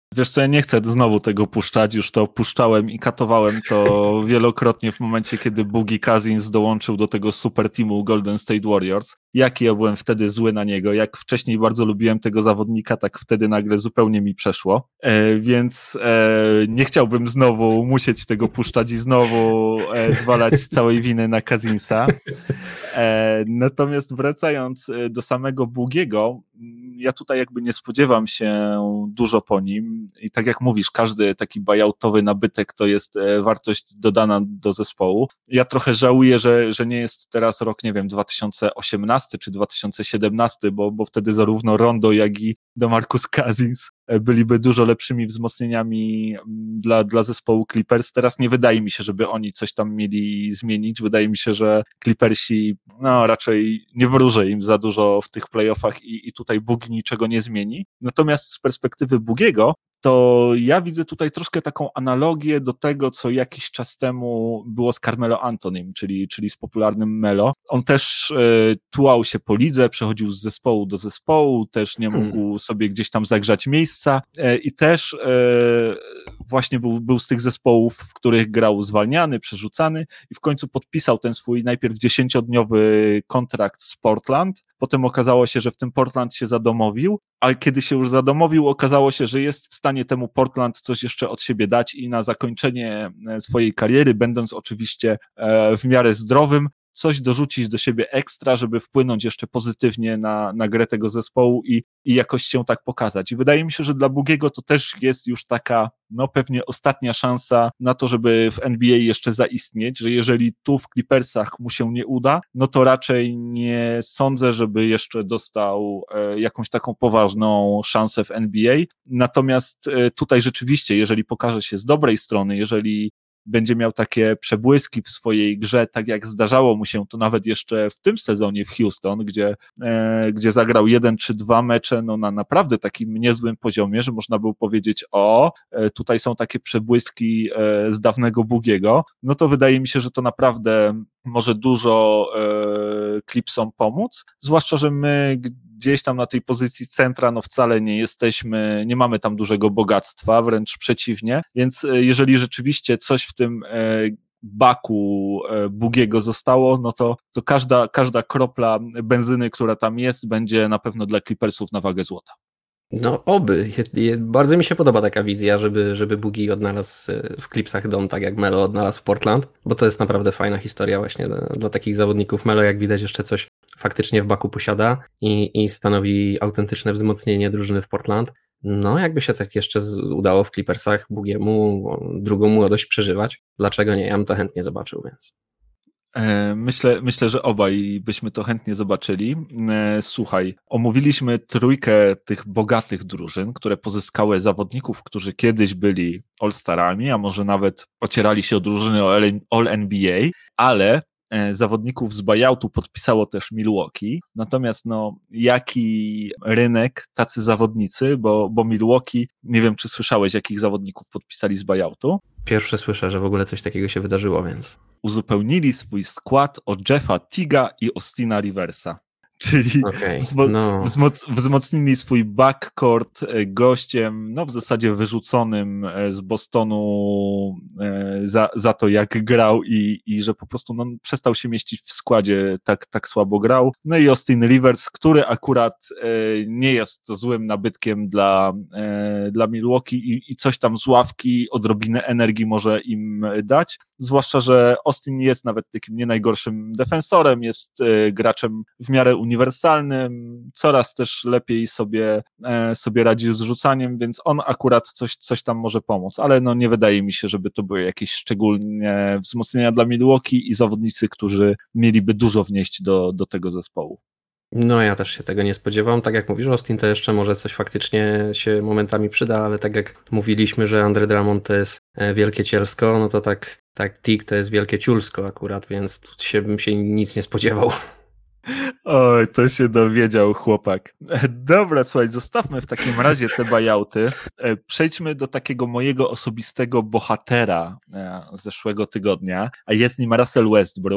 Wiesz co, ja nie chcę znowu tego puszczać, już to puszczałem i katowałem to wielokrotnie w momencie, kiedy Boogie Cousins dołączył do tego super teamu Golden State Warriors. Jaki ja byłem wtedy zły na niego, jak wcześniej bardzo lubiłem tego zawodnika, tak wtedy nagle zupełnie mi przeszło, e, więc e, nie chciałbym znowu musieć tego puszczać i znowu e, zwalać całej winy na Cousinsa. E, natomiast wracając do samego Boogiego, ja tutaj jakby nie spodziewam się dużo po nim i tak jak mówisz, każdy taki buyoutowy nabytek to jest wartość dodana do zespołu. Ja trochę żałuję, że, że nie jest teraz rok, nie wiem, dwa tysiące osiemnasty czy dwa tysiące siedemnasty, bo, bo wtedy zarówno Rondo, jak i DeMarcus Cousins byliby dużo lepszymi wzmocnieniami dla, dla zespołu Clippers. Teraz nie wydaje mi się, żeby oni coś tam mieli zmienić. Wydaje mi się, że Clippersi no raczej nie wróżę im za dużo w tych playoffach i, i tutaj Boogie niczego nie zmieni. Natomiast z perspektywy Boogiego to ja widzę tutaj troszkę taką analogię do tego, co jakiś czas temu było z Carmelo Antonym, czyli, czyli z popularnym Melo. On też e, tułał się po lidze, przechodził z zespołu do zespołu, też nie mógł hmm. sobie gdzieś tam zagrzać miejsca e, i też e, właśnie był, był z tych zespołów, w których grał zwalniany, przerzucany i w końcu podpisał ten swój najpierw dziesięciodniowy kontrakt z Portland. Potem okazało się, że w tym Portland się zadomowił, ale kiedy się już zadomowił, okazało się, że jest w stanie temu Portland coś jeszcze od siebie dać i na zakończenie swojej kariery, będąc oczywiście w miarę zdrowym, coś dorzucić do siebie ekstra, żeby wpłynąć jeszcze pozytywnie na, na grę tego zespołu i, i jakoś się tak pokazać. I wydaje mi się, że dla Boogiego to też jest już taka, no pewnie ostatnia szansa na to, żeby w N B A jeszcze zaistnieć, że jeżeli tu w Clippersach mu się nie uda, no to raczej nie sądzę, żeby jeszcze dostał e, jakąś taką poważną szansę w N B A. Natomiast e, tutaj rzeczywiście, jeżeli pokaże się z dobrej strony, jeżeli będzie miał takie przebłyski w swojej grze, tak jak zdarzało mu się to nawet jeszcze w tym sezonie w Houston, gdzie, e, gdzie zagrał jeden czy dwa mecze no, na naprawdę takim niezłym poziomie, że można było powiedzieć, o, e, tutaj są takie przebłyski e, z dawnego Boogiego, no to wydaje mi się, że to naprawdę może dużo e, Clipsom pomóc, zwłaszcza, że my gdzieś tam na tej pozycji centra, no wcale nie jesteśmy, nie mamy tam dużego bogactwa, wręcz przeciwnie, więc jeżeli rzeczywiście coś w tym baku Boogiego zostało, no to, to każda, każda kropla benzyny, która tam jest, będzie na pewno dla Clippersów na wagę złota. No oby. Bardzo mi się podoba taka wizja, żeby, żeby Boogie odnalazł w Clipsach dom, tak jak Melo odnalazł w Portland, bo to jest naprawdę fajna historia właśnie dla, dla takich zawodników. Melo, jak widać, jeszcze coś faktycznie w baku posiada i, i stanowi autentyczne wzmocnienie drużyny w Portland. No jakby się tak jeszcze udało w Clippersach Boogiemu drugą młodość przeżywać, dlaczego nie? Ja bym to chętnie zobaczył, więc... Myślę, myślę, że obaj byśmy to chętnie zobaczyli. Słuchaj, omówiliśmy trójkę tych bogatych drużyn, które pozyskały zawodników, którzy kiedyś byli All-Starami, a może nawet ocierali się o drużyny All-N B A, ale zawodników z buyoutu podpisało też Milwaukee, natomiast no jaki rynek, tacy zawodnicy, bo, bo Milwaukee, nie wiem czy słyszałeś jakich zawodników podpisali z buyoutu? Pierwsze słyszę, że w ogóle coś takiego się wydarzyło, więc... Uzupełnili swój skład o Jeffa Tiga i Austina Riversa. Czyli okay, wzmo- no. wzmoc- wzmocnili swój backcourt gościem, no w zasadzie wyrzuconym z Bostonu za, za to, jak grał i, i że po prostu no, przestał się mieścić w składzie, tak, tak słabo grał. No i Austin Rivers, który akurat nie jest złym nabytkiem dla, dla Milwaukee i, i coś tam z ławki, odrobinę energii może im dać. Zwłaszcza, że Austin jest nawet takim nie najgorszym defensorem, jest graczem w miarę uniwersalnym, coraz też lepiej sobie, sobie radzi z rzucaniem, więc on akurat coś, coś tam może pomóc, ale no nie wydaje mi się, żeby to były jakieś szczególnie wzmocnienia dla Milwaukee i zawodnicy, którzy mieliby dużo wnieść do, do tego zespołu. No ja też się tego nie spodziewam. Tak jak mówisz, Austin to jeszcze może coś faktycznie się momentami przyda, ale tak jak mówiliśmy, że Andre Drummond to jest wielkie cielsko, no to tak, tak Tig to jest wielkie ciulsko akurat, więc tu się bym się nic nie spodziewał. Oj, to się dowiedział chłopak. Dobra, słuchaj, zostawmy w takim razie te buyouty. Przejdźmy do takiego mojego osobistego bohatera zeszłego tygodnia, a jest nim Russell Westbrook.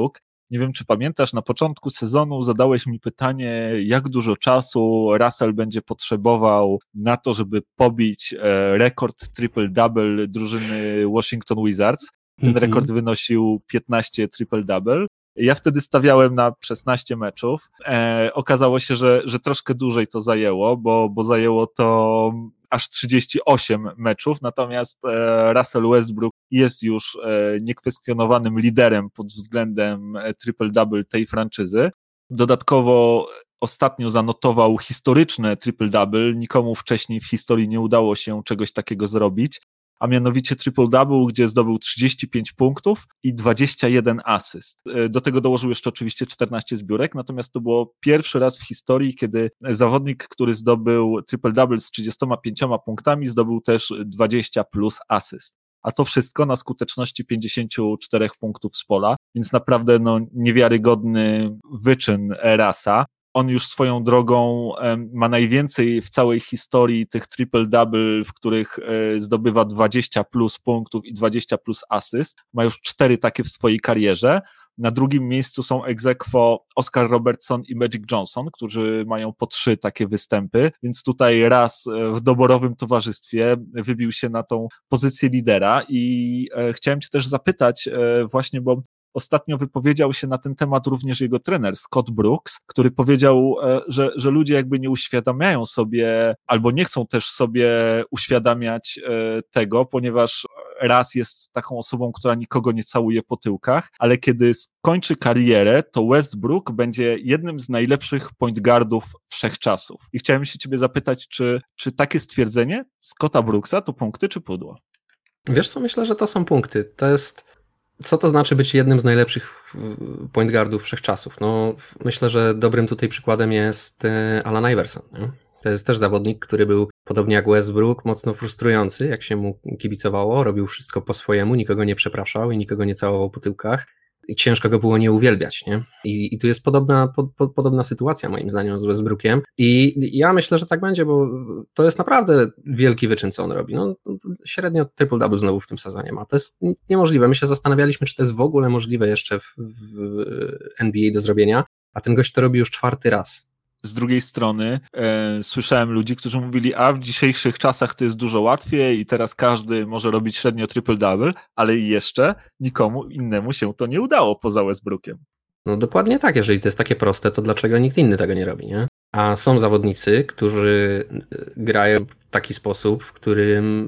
Nie wiem, czy pamiętasz, na początku sezonu zadałeś mi pytanie, jak dużo czasu Russell będzie potrzebował na to, żeby pobić rekord triple-double drużyny Washington Wizards. Ten mm-hmm. rekord wynosił piętnaście triple-double. Ja wtedy stawiałem na szesnaście meczów. E, okazało się, że, że troszkę dłużej to zajęło, bo, bo zajęło to aż trzydzieści osiem meczów, natomiast e, Russell Westbrook jest już e, niekwestionowanym liderem pod względem triple-double tej franczyzy. Dodatkowo ostatnio zanotował historyczne triple-double, nikomu wcześniej w historii nie udało się czegoś takiego zrobić, a mianowicie triple-double, gdzie zdobył trzydzieści pięć punktów i dwadzieścia jeden asyst. Do tego dołożył jeszcze oczywiście czternaście zbiórek, natomiast to było pierwszy raz w historii, kiedy zawodnik, który zdobył triple-double z trzydziestoma pięcioma punktami, zdobył też dwadzieścia plus asyst. A to wszystko na skuteczności pięćdziesięciu czterech punktów z pola, więc naprawdę no, niewiarygodny wyczyn Rasa. On już swoją drogą ma najwięcej w całej historii tych triple-double, w których zdobywa dwadzieścia plus punktów i dwadzieścia plus asyst. Ma już cztery takie w swojej karierze. Na drugim miejscu są ex aequo Oscar Robertson i Magic Johnson, którzy mają po trzy takie występy, więc tutaj raz w doborowym towarzystwie wybił się na tą pozycję lidera i chciałem cię też zapytać właśnie, bo ostatnio wypowiedział się na ten temat również jego trener Scott Brooks, który powiedział, że, że ludzie jakby nie uświadamiają sobie, albo nie chcą też sobie uświadamiać tego, ponieważ Raz jest taką osobą, która nikogo nie całuje po tyłkach, ale kiedy skończy karierę, to Westbrook będzie jednym z najlepszych point guardów wszechczasów. I chciałem się ciebie zapytać, czy, czy takie stwierdzenie Scotta Brooksa to punkty czy pudło? Wiesz co, myślę, że to są punkty. To jest... Co to znaczy być jednym z najlepszych point guardów wszechczasów? No, myślę, że dobrym tutaj przykładem jest Allen Iverson. Nie? To jest też zawodnik, który był, podobnie jak Westbrook, mocno frustrujący, jak się mu kibicowało, robił wszystko po swojemu, nikogo nie przepraszał i nikogo nie całował po tyłkach. I ciężko go było nie uwielbiać, nie? I, i tu jest podobna, po, po, podobna sytuacja moim zdaniem z Westbrookiem i ja myślę, że tak będzie, bo to jest naprawdę wielki wyczyn, co on robi. No, średnio triple-double znowu w tym sezonie ma. To jest niemożliwe. My się zastanawialiśmy, czy to jest w ogóle możliwe jeszcze w, w N B A do zrobienia, a ten gość to robi już czwarty raz. Z drugiej strony e, słyszałem ludzi, którzy mówili, a w dzisiejszych czasach to jest dużo łatwiej i teraz każdy może robić średnio triple-double, ale jeszcze nikomu innemu się to nie udało poza Westbrookiem. No dokładnie tak, jeżeli to jest takie proste, to dlaczego nikt inny tego nie robi, nie? A są zawodnicy, którzy grają w taki sposób, w którym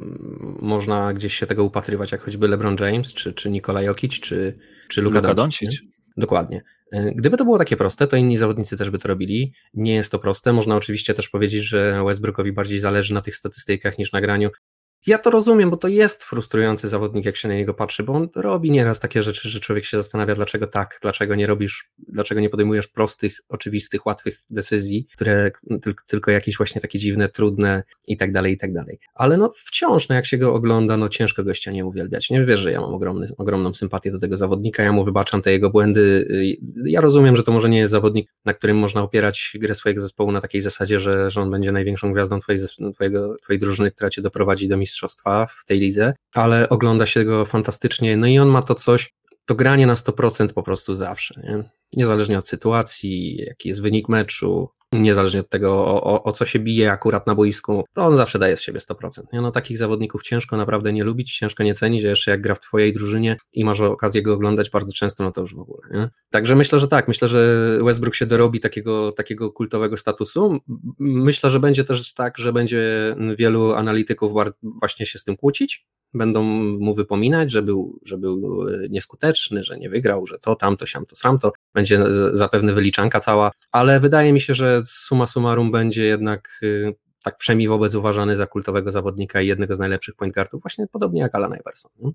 można gdzieś się tego upatrywać, jak choćby LeBron James, czy, czy Nikola Jokic, czy, czy Luka, Luka Doncic. Dokładnie. Gdyby to było takie proste, to inni zawodnicy też by to robili. Nie jest to proste. Można oczywiście też powiedzieć, że Westbrookowi bardziej zależy na tych statystykach niż na graniu. Ja to rozumiem, bo to jest frustrujący zawodnik, jak się na niego patrzy, bo on robi nieraz takie rzeczy, że człowiek się zastanawia, dlaczego tak, dlaczego nie robisz, dlaczego nie podejmujesz prostych, oczywistych, łatwych decyzji, które tylko, tylko jakieś właśnie takie dziwne, trudne i tak dalej, i tak dalej. Ale no wciąż, no jak się go ogląda, no ciężko gościa nie uwielbiać. Nie wiesz, że ja mam ogromny, ogromną sympatię do tego zawodnika, ja mu wybaczam te jego błędy. Ja rozumiem, że to może nie jest zawodnik, na którym można opierać grę swojego zespołu na takiej zasadzie, że, że on będzie największą gwiazdą twojej, twojego, twojej drużyny, która cię doprowadzi do mistrzostwa w tej lidze, ale ogląda się go fantastycznie, no i on ma to coś, to granie na sto procent po prostu zawsze, nie? Niezależnie od sytuacji, jaki jest wynik meczu, niezależnie od tego, o, o, o co się bije akurat na boisku, to on zawsze daje z siebie sto procent. Nie? No takich zawodników ciężko naprawdę nie lubić, ciężko nie cenić, a jeszcze jak gra w twojej drużynie i masz okazję go oglądać bardzo często, no to już w ogóle. Nie? Także myślę, że tak, myślę, że Westbrook się dorobi takiego, takiego kultowego statusu. Myślę, że będzie też tak, że będzie wielu analityków właśnie się z tym kłócić, będą mu wypominać, że był, że był nieskuteczny, że nie wygrał, że to, tamto, siamto, sramto. Będzie zapewne wyliczanka cała, ale wydaje mi się, że summa summarum będzie jednak tak przynajmniej wobec uważany za kultowego zawodnika i jednego z najlepszych point guardów, właśnie podobnie jak Allen Iverson. Nie?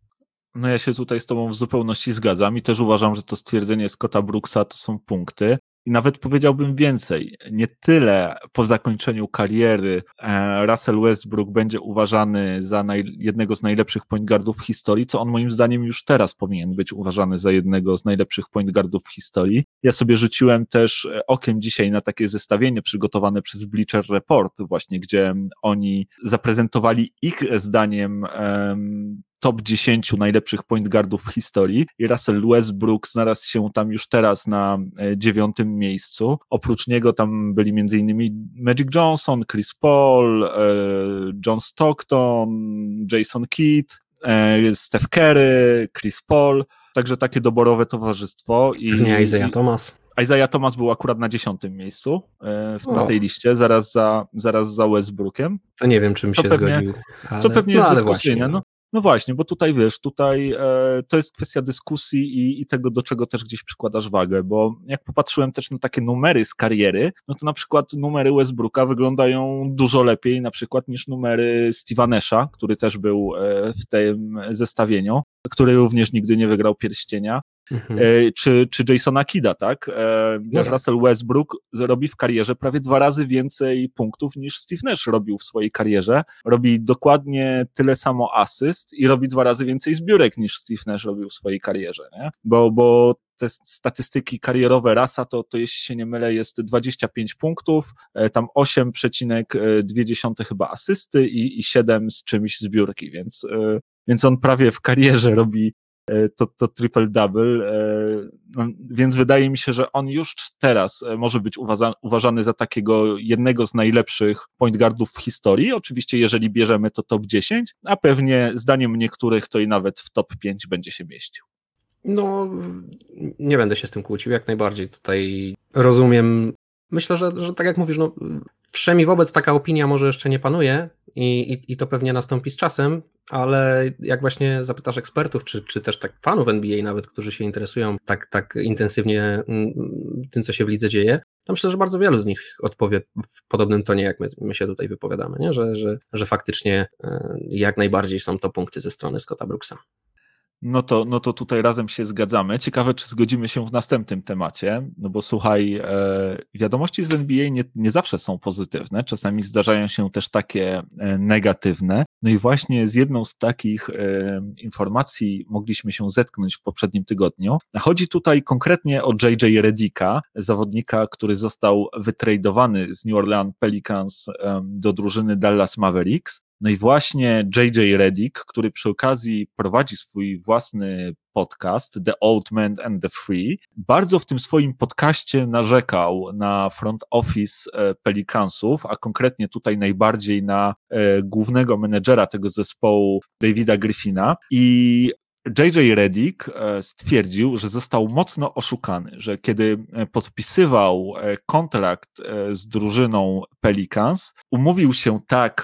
No ja się tutaj z tobą w zupełności zgadzam i też uważam, że to stwierdzenie Scotta Brooksa to są punkty. I nawet powiedziałbym więcej, nie tyle po zakończeniu kariery Russell Westbrook będzie uważany za naj, jednego z najlepszych point guardów w historii, co on moim zdaniem już teraz powinien być uważany za jednego z najlepszych point guardów w historii. Ja sobie rzuciłem też okiem dzisiaj na takie zestawienie przygotowane przez Bleacher Report właśnie, gdzie oni zaprezentowali ich zdaniem um, top dziesięć najlepszych point guardów w historii i Russell Westbrook znalazł się tam już teraz na dziewiątym miejscu. Oprócz niego tam byli między innymi Magic Johnson, Chris Paul, John Stockton, Jason Kidd, Steph Curry, Chris Paul, także takie doborowe towarzystwo. I, Nie, Isaiah Thomas. Isaiah Thomas był akurat na dziesiątym miejscu w, na tej liście, zaraz za, zaraz za Westbrookiem. To nie wiem, czym co się pewnie, zgodził. Ale... Co pewnie jest no, dyskusyjne. No, no właśnie, bo tutaj wiesz, tutaj e, to jest kwestia dyskusji i, i tego, do czego też gdzieś przykładasz wagę, bo jak popatrzyłem też na takie numery z kariery, no to na przykład numery Westbrooka wyglądają dużo lepiej na przykład niż numery Steve'a Nasha, który też był e, w tym zestawieniu, który również nigdy nie wygrał pierścienia. Mhm. Czy, czy Jasona Kidda, tak? No tak? Russell Westbrook robi w karierze prawie dwa razy więcej punktów niż Steve Nash robił w swojej karierze. Robi dokładnie tyle samo asyst i robi dwa razy więcej zbiórek niż Steve Nash robił w swojej karierze, nie? Bo, bo te statystyki karierowe Rasa to, to jeśli się nie mylę jest dwadzieścia pięć punktów, tam osiem przecinek dwa chyba asysty i, i siedem z czymś zbiórki, więc, więc on prawie w karierze robi to, to triple-double, no, więc wydaje mi się, że on już teraz może być uważa, uważany za takiego jednego z najlepszych point guardów w historii, oczywiście jeżeli bierzemy to top dziesięć, a pewnie zdaniem niektórych to i nawet w top pięć będzie się mieścił. No, nie będę się z tym kłócił, jak najbardziej tutaj rozumiem. Myślę, że, że tak jak mówisz, no wszemi wobec taka opinia może jeszcze nie panuje i, i, i to pewnie nastąpi z czasem, ale jak właśnie zapytasz ekspertów, czy, czy też tak fanów N B A nawet, którzy się interesują tak, tak intensywnie tym, co się w lidze dzieje, to myślę, że bardzo wielu z nich odpowie w podobnym tonie, jak my, my się tutaj wypowiadamy, nie? Że, że, że faktycznie jak najbardziej są to punkty ze strony Scotta Brooksa. No to, no to tutaj razem się zgadzamy. Ciekawe, czy zgodzimy się w następnym temacie, no bo słuchaj, e, wiadomości z N B A nie, nie zawsze są pozytywne, czasami zdarzają się też takie e, negatywne. No i właśnie z jedną z takich e, informacji mogliśmy się zetknąć w poprzednim tygodniu. Chodzi tutaj konkretnie o J J Redicka, zawodnika, który został wytradowany z New Orleans Pelicans e, do drużyny Dallas Mavericks. No i właśnie J J Redick, który przy okazji prowadzi swój własny podcast The Old Man and the Free, bardzo w tym swoim podcaście narzekał na front office Pelicansów, a konkretnie tutaj najbardziej na e, głównego menedżera tego zespołu Davida Griffina i J J Redick stwierdził, że został mocno oszukany, że kiedy podpisywał kontrakt z drużyną Pelicans, umówił się tak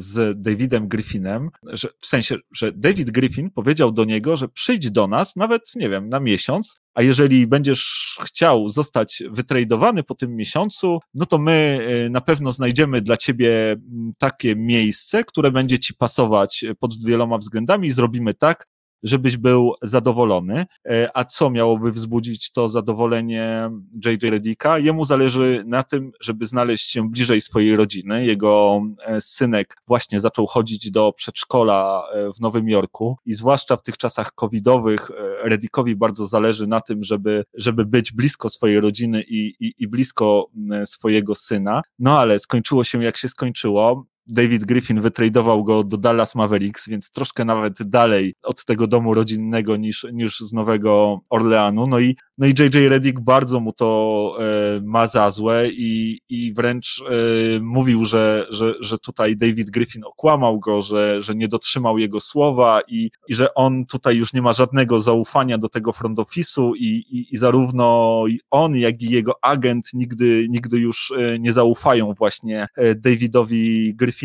z Davidem Griffinem, że w sensie, że David Griffin powiedział do niego, że przyjdź do nas nawet, nie wiem, na miesiąc, a jeżeli będziesz chciał zostać wytradowany po tym miesiącu, no to my na pewno znajdziemy dla ciebie takie miejsce, które będzie ci pasować pod wieloma względami i zrobimy tak, żebyś był zadowolony. A co miałoby wzbudzić to zadowolenie J J Redicka? Jemu zależy na tym, żeby znaleźć się bliżej swojej rodziny. Jego synek właśnie zaczął chodzić do przedszkola w Nowym Jorku i zwłaszcza w tych czasach covidowych Redickowi bardzo zależy na tym, żeby, żeby być blisko swojej rodziny i, i, i blisko swojego syna. No ale skończyło się jak się skończyło. David Griffin wytradował go do Dallas Mavericks, więc troszkę nawet dalej od tego domu rodzinnego niż, niż z Nowego Orleanu. No i, no i J J Redick bardzo mu to e, ma za złe i, i wręcz e, mówił, że, że, że tutaj David Griffin okłamał go, że, że nie dotrzymał jego słowa i, i że on tutaj już nie ma żadnego zaufania do tego front office'u i, i, i zarówno on, jak i jego agent nigdy, nigdy już nie zaufają właśnie Davidowi Griffinowi.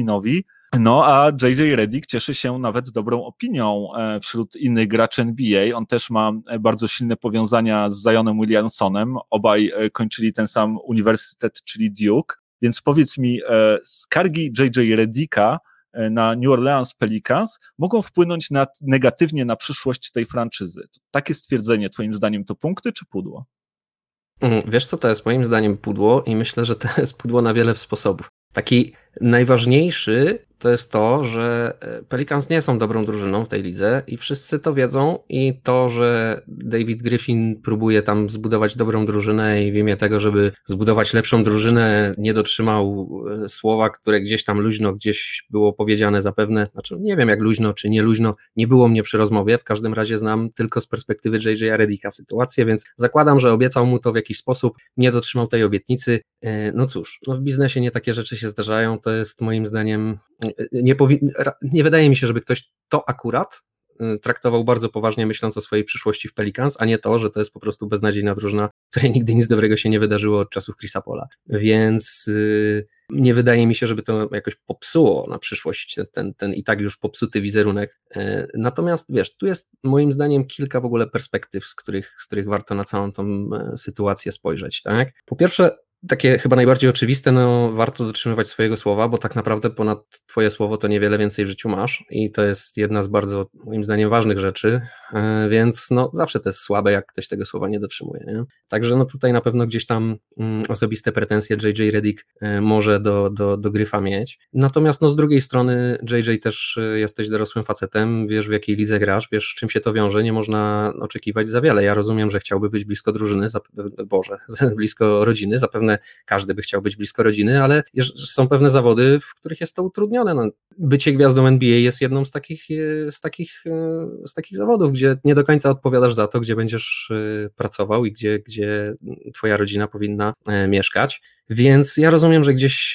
No a J J Redick cieszy się nawet dobrą opinią wśród innych graczy N B A. On też ma bardzo silne powiązania z Zionem Williamsonem. Obaj kończyli ten sam uniwersytet, czyli Duke. Więc powiedz mi, skargi J J Redicka na New Orleans Pelicans mogą wpłynąć na, negatywnie na przyszłość tej franczyzy. Takie stwierdzenie twoim zdaniem to punkty czy pudło? Wiesz co, to jest moim zdaniem pudło i myślę, że to jest pudło na wiele sposobów. Taki najważniejszy to jest to, że Pelicans nie są dobrą drużyną w tej lidze i wszyscy to wiedzą i to, że David Griffin próbuje tam zbudować dobrą drużynę i w imię tego, żeby zbudować lepszą drużynę, nie dotrzymał słowa, które gdzieś tam luźno, gdzieś było powiedziane zapewne, znaczy nie wiem jak luźno czy nie luźno, nie było mnie przy rozmowie, w każdym razie znam tylko z perspektywy J J Redicka sytuację, więc zakładam, że obiecał mu to w jakiś sposób, nie dotrzymał tej obietnicy. No cóż, no w biznesie nie takie rzeczy się zdarzają, to jest moim zdaniem Nie, powi- nie wydaje mi się, żeby ktoś to akurat traktował bardzo poważnie, myśląc o swojej przyszłości w Pelicans, a nie to, że to jest po prostu beznadziejna drużyna, której nigdy nic dobrego się nie wydarzyło od czasów Chrisa Paula. Więc yy, nie wydaje mi się, żeby to jakoś popsuło na przyszłość ten, ten i tak już popsuty wizerunek. Yy, natomiast wiesz, tu jest moim zdaniem kilka w ogóle perspektyw, z których, z których warto na całą tą sytuację spojrzeć. Tak? Po pierwsze, takie chyba najbardziej oczywiste, no warto dotrzymywać swojego słowa, bo tak naprawdę ponad twoje słowo to niewiele więcej w życiu masz i to jest jedna z bardzo moim zdaniem ważnych rzeczy, więc no zawsze to jest słabe, jak ktoś tego słowa nie dotrzymuje, nie? Także no tutaj na pewno gdzieś tam mm, osobiste pretensje J J Redick y, może do, do, do Gryfa mieć, natomiast no z drugiej strony J J też y, jesteś dorosłym facetem, wiesz w jakiej lidze grasz, wiesz z czym się to wiąże, nie można oczekiwać za wiele. Ja rozumiem, że chciałby być blisko drużyny, zap- Boże, blisko rodziny, zapewne każdy by chciał być blisko rodziny, ale są pewne zawody, w których jest to utrudnione. No, bycie gwiazdą N B A jest jedną z takich, z takich, z takich zawodów, gdzie nie do końca odpowiadasz za to, gdzie będziesz pracował i gdzie, gdzie twoja rodzina powinna mieszkać. Więc ja rozumiem, że gdzieś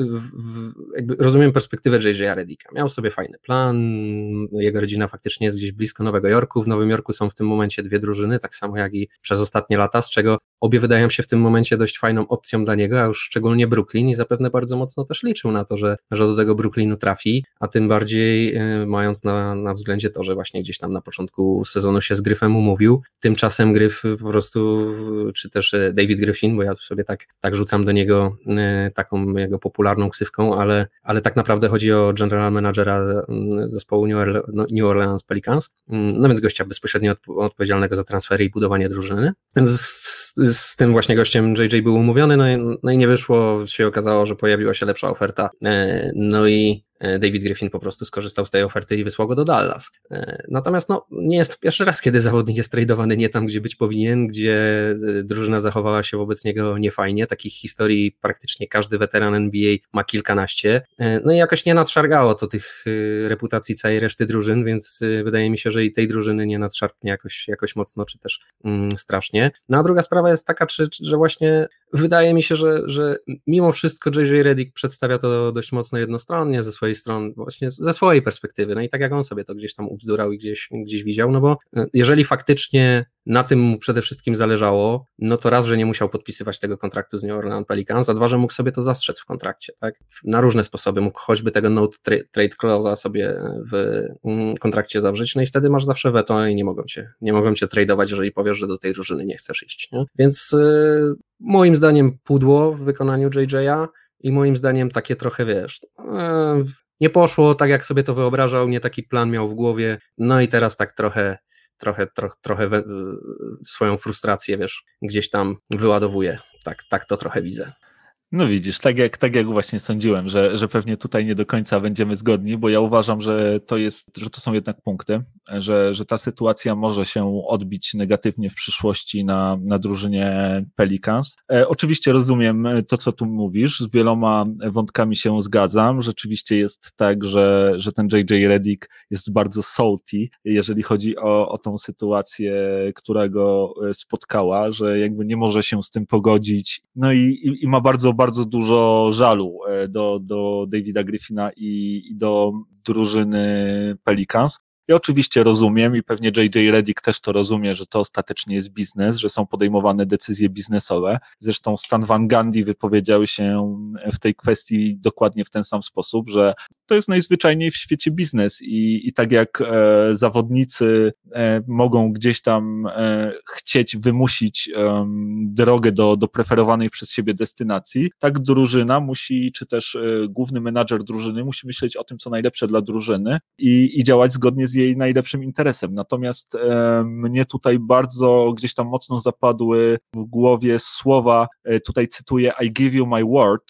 w, jakby rozumiem perspektywę J J Redicka. Miał sobie fajny plan, jego rodzina faktycznie jest gdzieś blisko Nowego Jorku. W Nowym Jorku są w tym momencie dwie drużyny, tak samo jak i przez ostatnie lata, z czego obie wydają się w tym momencie dość fajną opcją dla niego, a już szczególnie Brooklyn i zapewne bardzo mocno też liczył na to, że, że do tego Brooklynu trafi, a tym bardziej y, mając na, na względzie to, że właśnie gdzieś tam na początku sezonu się z Gryfem umówił. Tymczasem Gryf po prostu, czy też David Griffin, bo ja tu sobie tak, tak rzucam do niego y, taką jego popularną ksywką, ale, ale tak naprawdę chodzi o general managera zespołu New, Orle- New Orleans Pelicans, no więc gościa bezpośrednio odp- odpowiedzialnego za transfery i budowanie drużyny. Więc z, z tym właśnie gościem J J był umówiony, no i, no i nie wyszło, się okazało, że pojawiła się lepsza oferta, no i David Griffin po prostu skorzystał z tej oferty i wysłał go do Dallas. Natomiast no, nie jest to pierwszy raz, kiedy zawodnik jest tradowany nie tam, gdzie być powinien, gdzie drużyna zachowała się wobec niego niefajnie. Takich historii praktycznie każdy weteran N B A ma kilkanaście. No i jakoś nie nadszargało to tych reputacji całej reszty drużyn, więc wydaje mi się, że i tej drużyny nie nadszarpnie jakoś, jakoś mocno, czy też mm, strasznie. No a druga sprawa jest taka, czy, że właśnie wydaje mi się, że, że mimo wszystko J J Redick przedstawia to dość mocno jednostronnie ze swojej strony, właśnie ze swojej perspektywy, no i tak jak on sobie to gdzieś tam ubzdurał i gdzieś, gdzieś widział, no bo jeżeli faktycznie na tym mu przede wszystkim zależało, no to raz, że nie musiał podpisywać tego kontraktu z New Orleans Pelicans, a dwa, że mógł sobie to zastrzec w kontrakcie, tak? Na różne sposoby, mógł choćby tego no tra- trade clause'a sobie w kontrakcie zawrzeć, no i wtedy masz zawsze weto i nie mogą cię, nie mogą cię tradeować, jeżeli powiesz, że do tej drużyny nie chcesz iść, nie? Więc yy, moim zdaniem pudło w wykonaniu J J-a i moim zdaniem takie trochę, wiesz, yy, nie poszło tak, jak sobie to wyobrażał, nie taki plan miał w głowie, no i teraz tak trochę trochę, trochę, trochę we, swoją frustrację, wiesz, gdzieś tam wyładowuje. Tak, tak to trochę widzę. No widzisz, tak jak, tak jak właśnie sądziłem, że, że pewnie tutaj nie do końca będziemy zgodni, bo ja uważam, że to jest, że to są jednak punkty, że, że ta sytuacja może się odbić negatywnie w przyszłości na, na drużynie Pelicans. E, oczywiście rozumiem to, co tu mówisz, z wieloma wątkami się zgadzam. Rzeczywiście jest tak, że, że ten J J Redick jest bardzo salty, jeżeli chodzi o, o tą sytuację, która go spotkała, że jakby nie może się z tym pogodzić, no i, i, i ma bardzo bardzo dużo żalu do, do Davida Griffina i, i do drużyny Pelicans. Ja oczywiście rozumiem i pewnie J J Redick też to rozumie, że to ostatecznie jest biznes, że są podejmowane decyzje biznesowe. Zresztą Stan Van Gundy wypowiedział się w tej kwestii dokładnie w ten sam sposób, że to jest najzwyczajniej w świecie biznes i, i tak jak e, zawodnicy e, mogą gdzieś tam e, chcieć wymusić e, drogę do, do preferowanej przez siebie destynacji, tak drużyna musi, czy też e, główny menadżer drużyny musi myśleć o tym, co najlepsze dla drużyny i, i działać zgodnie z jej najlepszym interesem. Natomiast e, mnie tutaj bardzo gdzieś tam mocno zapadły w głowie słowa, e, tutaj cytuję, I give you my word,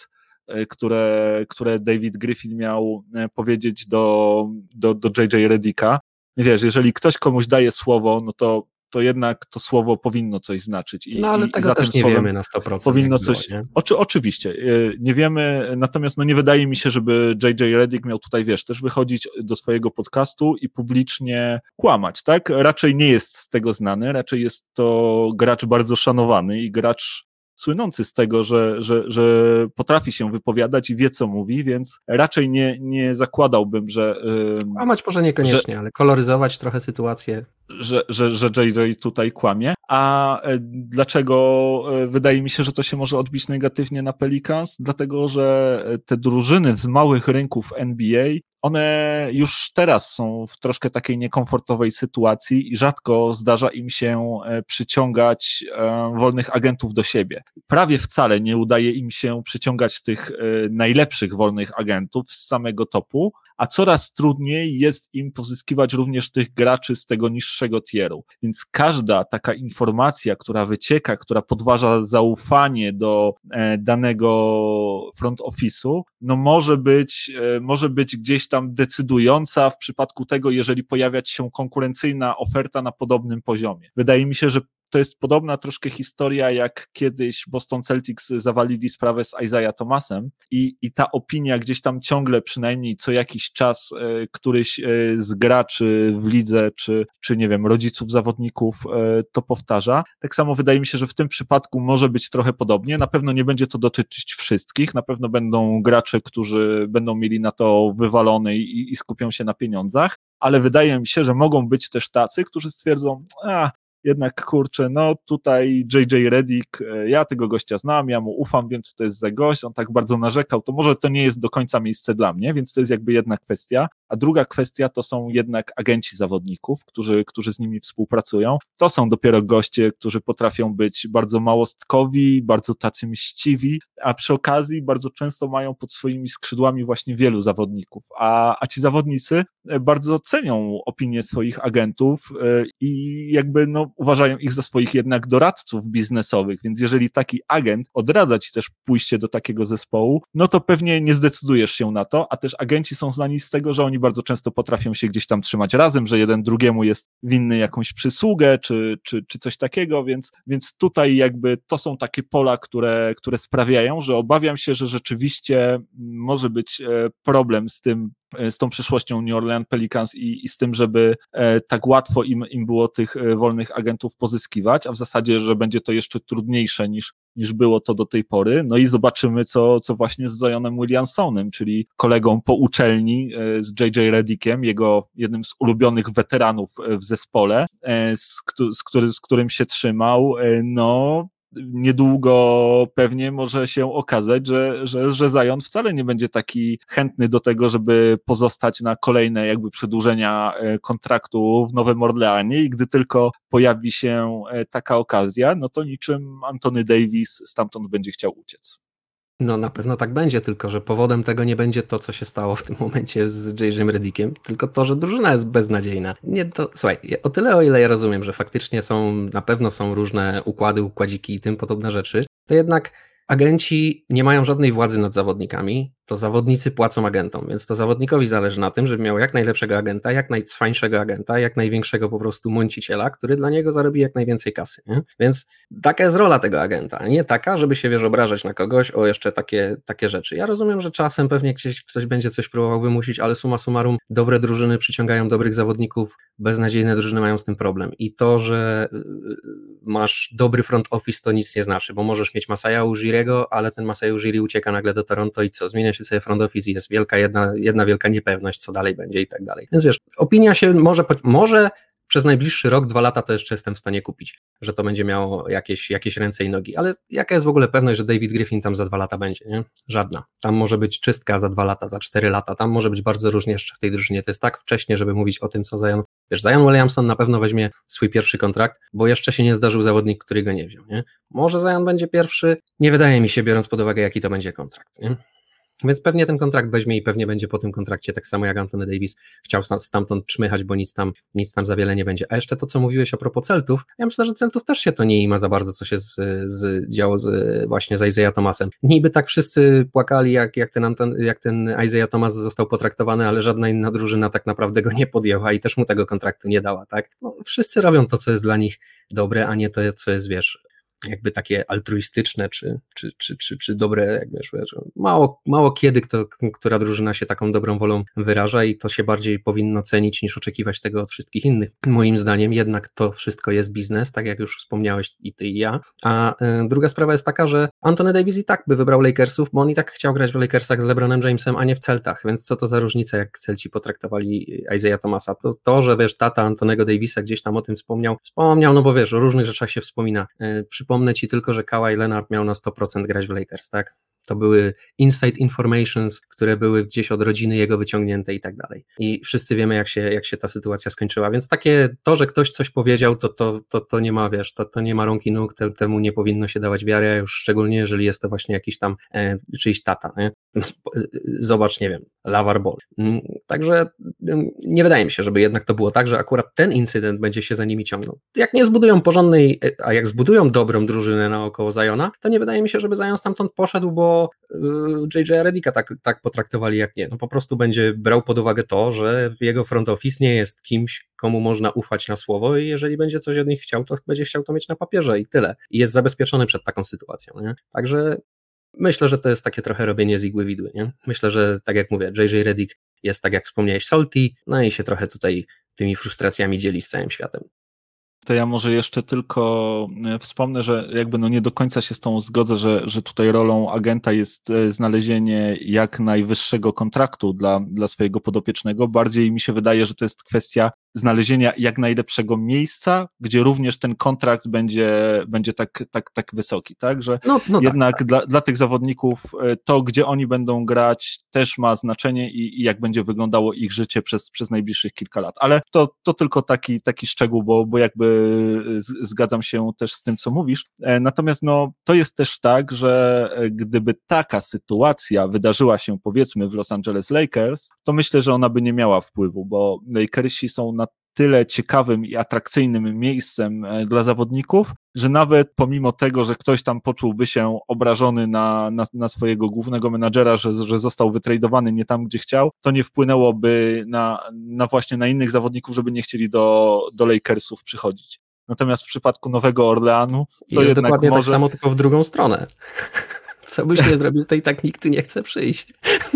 które, które David Griffin miał powiedzieć do, do, do J J Redicka. Wiesz, jeżeli ktoś komuś daje słowo, no to to jednak to słowo powinno coś znaczyć. I, no ale i, tego i też nie wiemy na sto procent. Powinno coś. Było, nie? Oczy, oczywiście, nie wiemy, natomiast no nie wydaje mi się, żeby J J Redick miał tutaj, wiesz, też wychodzić do swojego podcastu i publicznie kłamać, tak? Raczej nie jest z tego znany, raczej jest to gracz bardzo szanowany i gracz słynący z tego, że, że, że potrafi się wypowiadać i wie, co mówi, więc raczej nie, nie zakładałbym, że... Kłamać może niekoniecznie, że, ale koloryzować trochę sytuację. Że, że, że J J tutaj kłamie. A dlaczego wydaje mi się, że to się może odbić negatywnie na Pelicans? Dlatego, że te drużyny z małych rynków N B A, one już teraz są w troszkę takiej niekomfortowej sytuacji i rzadko zdarza im się przyciągać wolnych agentów do siebie. Prawie wcale nie udaje im się przyciągać tych najlepszych wolnych agentów z samego topu, a coraz trudniej jest im pozyskiwać również tych graczy z tego niższego tieru. Więc każda taka informacja, która wycieka, która podważa zaufanie do danego front office'u, no może być, może być gdzieś tam decydująca w przypadku tego, jeżeli pojawia się konkurencyjna oferta na podobnym poziomie. Wydaje mi się, że to jest podobna troszkę historia, jak kiedyś Boston Celtics zawalili sprawę z Isaiah Thomasem i, i ta opinia gdzieś tam ciągle, przynajmniej co jakiś czas, e, któryś e, z graczy w lidze, czy, czy nie wiem, rodziców zawodników e, to powtarza. Tak samo wydaje mi się, że w tym przypadku może być trochę podobnie. Na pewno nie będzie to dotyczyć wszystkich, na pewno będą gracze, którzy będą mieli na to wywalone i, i skupią się na pieniądzach, ale wydaje mi się, że mogą być też tacy, którzy stwierdzą, a jednak kurczę, no tutaj J J Redick, ja tego gościa znam, ja mu ufam, wiem co to jest za gość, on tak bardzo narzekał, to może to nie jest do końca miejsce dla mnie, więc to jest jakby jedna kwestia, a druga kwestia to są jednak agenci zawodników, którzy, którzy z nimi współpracują, to są dopiero goście, którzy potrafią być bardzo małostkowi, bardzo tacy mściwi, a przy okazji bardzo często mają pod swoimi skrzydłami właśnie wielu zawodników, a, a ci zawodnicy bardzo cenią opinię swoich agentów i jakby no uważają ich za swoich jednak doradców biznesowych, więc jeżeli taki agent odradza ci też pójście do takiego zespołu, no to pewnie nie zdecydujesz się na to, a też agenci są znani z tego, że oni bardzo często potrafią się gdzieś tam trzymać razem, że jeden drugiemu jest winny jakąś przysługę, czy, czy, czy coś takiego, więc, więc tutaj jakby to są takie pola, które, które sprawiają, że obawiam się, że rzeczywiście może być problem z tym, z tą przyszłością New Orleans Pelicans i, i z tym, żeby e, tak łatwo im, im było tych e, wolnych agentów pozyskiwać, a w zasadzie, że będzie to jeszcze trudniejsze niż, niż było to do tej pory. No i zobaczymy, co, co właśnie z Zionem Williamsonem, czyli kolegą po uczelni e, z J J Redickiem, jego jednym z ulubionych weteranów w zespole, e, z, z, który, z którym się trzymał, e, no niedługo pewnie może się okazać, że, że, że Zion wcale nie będzie taki chętny do tego, żeby pozostać na kolejne jakby przedłużenia kontraktu w Nowym Orleanie i gdy tylko pojawi się taka okazja, no to niczym Anthony Davis stamtąd będzie chciał uciec. No na pewno tak będzie, tylko że powodem tego nie będzie to, co się stało w tym momencie z J J Redickiem, tylko to, że drużyna jest beznadziejna. Nie, to, słuchaj, o tyle o ile ja rozumiem, że faktycznie są, na pewno są różne układy, układziki i tym podobne rzeczy, to jednak agenci nie mają żadnej władzy nad zawodnikami, to zawodnicy płacą agentom, więc to zawodnikowi zależy na tym, żeby miał jak najlepszego agenta, jak najcwańszego agenta, jak największego po prostu mąciciela, który dla niego zarobi jak najwięcej kasy. Nie? Więc taka jest rola tego agenta, a nie taka, żeby się, wiesz, obrażać na kogoś o jeszcze takie, takie rzeczy. Ja rozumiem, że czasem pewnie ktoś, ktoś będzie coś próbował wymusić, ale summa summarum dobre drużyny przyciągają dobrych zawodników, beznadziejne drużyny mają z tym problem i to, że masz dobry front office, to nic nie znaczy, bo możesz mieć Masaya Ujiriego, ale ten Masaya Ujiri ucieka nagle do Toronto i co? Zmienia się sobie front office i jest wielka jedna, jedna wielka niepewność, co dalej będzie i tak dalej. Więc wiesz, opinia się może, może przez najbliższy rok, dwa lata to jeszcze jestem w stanie kupić, że to będzie miało jakieś, jakieś ręce i nogi, ale jaka jest w ogóle pewność, że David Griffin tam za dwa lata będzie, nie? Żadna. Tam może być czystka za dwa lata, za cztery lata, tam może być bardzo różnie jeszcze w tej drużynie, to jest tak wcześnie, żeby mówić o tym, co Zion, wiesz, Zion Williamson na pewno weźmie swój pierwszy kontrakt, bo jeszcze się nie zdarzył zawodnik, który go nie wziął, nie? Może Zion będzie pierwszy, nie wydaje mi się, biorąc pod uwagę, jaki to będzie kontrakt, nie? Więc pewnie ten kontrakt weźmie i pewnie będzie po tym kontrakcie tak samo jak Anthony Davis chciał stamtąd czmychać, bo nic tam, nic tam za wiele nie będzie. A jeszcze to, co mówiłeś a propos Celtów, ja myślę, że Celtów też się to nie ima za bardzo, co się z, z, działo z, właśnie z Isaiah Thomasem. Niby tak wszyscy płakali, jak, jak, ten Anton, jak ten Isaiah Thomas został potraktowany, ale żadna inna drużyna tak naprawdę go nie podjęła i też mu tego kontraktu nie dała, tak? No, wszyscy robią to, co jest dla nich dobre, a nie to, co jest, wiesz, jakby takie altruistyczne, czy, czy, czy, czy, czy dobre, jak wiesz, wiesz, mało, mało kiedy kto, która drużyna się taką dobrą wolą wyraża i to się bardziej powinno cenić niż oczekiwać tego od wszystkich innych. Moim zdaniem jednak to wszystko jest biznes, tak jak już wspomniałeś i ty i ja, a y, druga sprawa jest taka, że Anthony Davis i tak by wybrał Lakersów, bo on i tak chciał grać w Lakersach z LeBronem Jamesem, a nie w Celtach, więc co to za różnica, jak Celci potraktowali Isaiah Thomasa, to, to że wiesz, tata Antonego Davisa gdzieś tam o tym wspomniał, wspomniał, no bo wiesz, o różnych rzeczach się wspomina. Y, Przypomnę ci tylko, że Kawhi Leonard miał na sto procent grać w Lakers, tak? To były inside informations, które były gdzieś od rodziny jego wyciągnięte i tak dalej. I wszyscy wiemy, jak się, jak się ta sytuacja skończyła, więc takie, to, że ktoś coś powiedział, to, to, to, to nie ma, wiesz, to, to nie ma rąk i nóg, te, temu nie powinno się dawać wiary, a już szczególnie, jeżeli jest to właśnie jakiś tam, e, czyjś tata, nie? Zobacz, nie wiem, LaVar Ball. Także nie wydaje mi się, żeby jednak to było tak, że akurat ten incydent będzie się za nimi ciągnął. Jak nie zbudują porządnej, a jak zbudują dobrą drużynę naokoło Ziona, to nie wydaje mi się, żeby Zion stamtąd poszedł, bo J J Redicka tak, tak potraktowali jak nie. No po prostu będzie brał pod uwagę to, że jego front office nie jest kimś, komu można ufać na słowo i jeżeli będzie coś od nich chciał, to będzie chciał to mieć na papierze i tyle. I jest zabezpieczony przed taką sytuacją, nie? Także myślę, że to jest takie trochę robienie z igły widły, nie? Myślę, że tak jak mówię, J J Redick jest tak jak wspomniałeś salty, no i się trochę tutaj tymi frustracjami dzieli z całym światem. To ja może jeszcze tylko wspomnę, że jakby no nie do końca się z tą zgodzę, że, że tutaj rolą agenta jest znalezienie jak najwyższego kontraktu dla, dla swojego podopiecznego. Bardziej mi się wydaje, że to jest kwestia znalezienia jak najlepszego miejsca, gdzie również ten kontrakt będzie, będzie tak, tak, tak wysoki, tak? Że no, no jednak tak, tak. Dla, dla tych zawodników to, gdzie oni będą grać, też ma znaczenie i, i jak będzie wyglądało ich życie przez, przez najbliższych kilka lat. Ale to, to tylko taki, taki szczegół, bo, bo jakby zgadzam się też z tym, co mówisz. Natomiast no, to jest też tak, że gdyby taka sytuacja wydarzyła się powiedzmy w Los Angeles Lakers, to myślę, że ona by nie miała wpływu, bo Lakersi są na tyle ciekawym i atrakcyjnym miejscem dla zawodników, że nawet pomimo tego, że ktoś tam poczułby się obrażony na, na, na swojego głównego menadżera, że, że został wytradowany nie tam, gdzie chciał, to nie wpłynęłoby na, na właśnie na innych zawodników, żeby nie chcieli do, do Lakersów przychodzić. Natomiast w przypadku Nowego Orleanu to jest jednak dokładnie może... tak samo, tylko w drugą stronę. Co byś nie zrobił, to i tak nikt tu nie chce przyjść.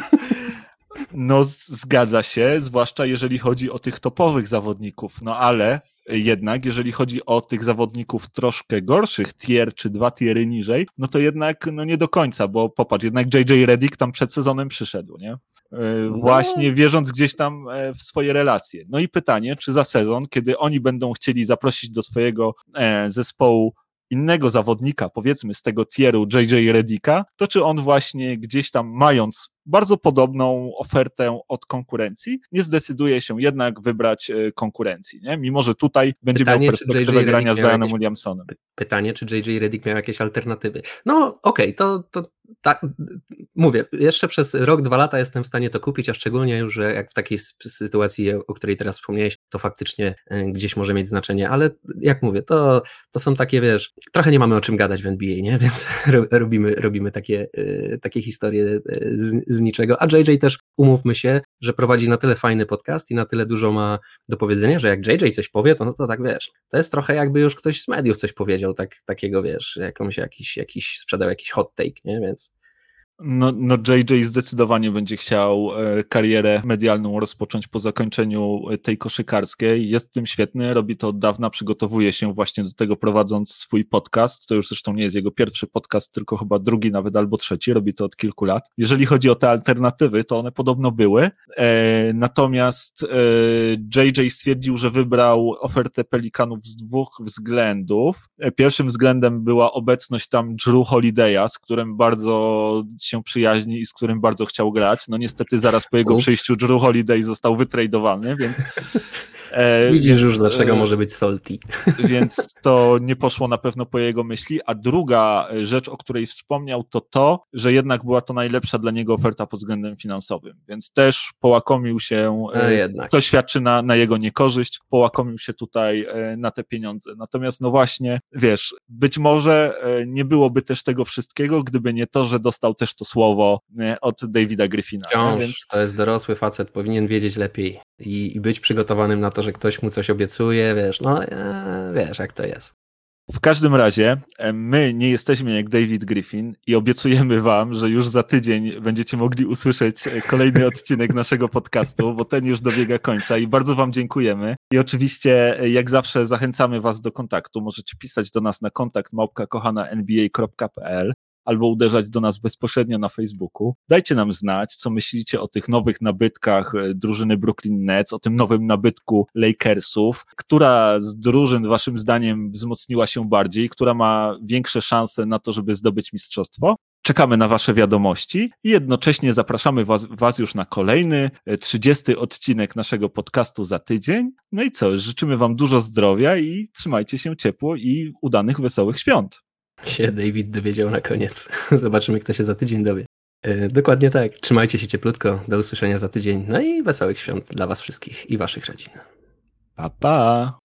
No zgadza się, zwłaszcza jeżeli chodzi o tych topowych zawodników, no ale jednak jeżeli chodzi o tych zawodników troszkę gorszych, tier czy dwa tiery niżej, no to jednak no nie do końca, bo popatrz, jednak J J Redick tam przed sezonem przyszedł, nie? Właśnie no. Wierząc gdzieś tam w swoje relacje. No i pytanie, czy za sezon, kiedy oni będą chcieli zaprosić do swojego zespołu innego zawodnika, powiedzmy z tego tieru J J Redicka, to czy on właśnie gdzieś tam mając bardzo podobną ofertę od konkurencji, nie zdecyduje się jednak wybrać konkurencji, nie? Mimo że tutaj będzie Pytanie, miał perspektywę grania z Zionem Williamsonem. Pytanie, czy J J Redick miał jakieś alternatywy? No okej, okay, to, to tak, mówię, jeszcze przez rok, dwa lata jestem w stanie to kupić, a szczególnie już, że jak w takiej sytuacji, o której teraz wspomniałeś, to faktycznie gdzieś może mieć znaczenie, ale jak mówię, to, to są takie, wiesz, trochę nie mamy o czym gadać w N B A, nie? Więc robimy, robimy takie, takie historie z, z niczego, a J J też, umówmy się, że prowadzi na tyle fajny podcast i na tyle dużo ma do powiedzenia, że jak J J coś powie, to no to tak, wiesz, to jest trochę jakby już ktoś z mediów coś powiedział, tak, takiego, wiesz, jakąś jakiś, jakiś sprzedał jakiś hot take, nie? Więc No, no J J zdecydowanie będzie chciał e, karierę medialną rozpocząć po zakończeniu tej koszykarskiej. Jest w tym świetny, robi to od dawna, przygotowuje się właśnie do tego prowadząc swój podcast. To już zresztą nie jest jego pierwszy podcast, tylko chyba drugi nawet albo trzeci, robi to od kilku lat. Jeżeli chodzi o te alternatywy, to one podobno były, e, natomiast e, J J stwierdził, że wybrał ofertę Pelikanów z dwóch względów. E, pierwszym względem była obecność tam Jrue Holiday'a, z którym bardzo się przyjaźni i z którym bardzo chciał grać. No niestety zaraz po jego Ups. przyjściu Jrue Holiday został wytradowany, więc E, Widzisz więc, już, dlaczego może być salty. Więc to nie poszło na pewno po jego myśli, a druga rzecz, o której wspomniał, to to, że jednak była to najlepsza dla niego oferta pod względem finansowym, więc też połakomił się, A jednak. co świadczy na, na jego niekorzyść, połakomił się tutaj na te pieniądze. Natomiast no właśnie, wiesz, być może nie byłoby też tego wszystkiego, gdyby nie to, że dostał też to słowo od Davida Griffina. Wciąż, więc... to jest dorosły facet, powinien wiedzieć lepiej i, i być przygotowanym na to, że ktoś mu coś obiecuje, wiesz, no e, wiesz jak to jest. W każdym razie my nie jesteśmy jak David Griffin i obiecujemy wam, że już za tydzień będziecie mogli usłyszeć kolejny odcinek naszego podcastu, bo ten już dobiega końca i bardzo wam dziękujemy. I oczywiście jak zawsze zachęcamy was do kontaktu. Możecie pisać do nas na kontakt małpka kochana n b a kropka p l albo uderzać do nas bezpośrednio na Facebooku. Dajcie nam znać, co myślicie o tych nowych nabytkach drużyny Brooklyn Nets, o tym nowym nabytku Lakersów, która z drużyn waszym zdaniem wzmocniła się bardziej, która ma większe szanse na to, żeby zdobyć mistrzostwo. Czekamy na wasze wiadomości i jednocześnie zapraszamy was, was już na kolejny, trzydziesty odcinek naszego podcastu za tydzień. No i co, życzymy wam dużo zdrowia i trzymajcie się ciepło i udanych, wesołych świąt. Się David dowiedział na koniec. Zobaczymy, kto się za tydzień dowie. Yy, dokładnie tak. Trzymajcie się cieplutko. Do usłyszenia za tydzień. No i wesołych świąt dla was wszystkich i waszych rodzin. Pa, pa!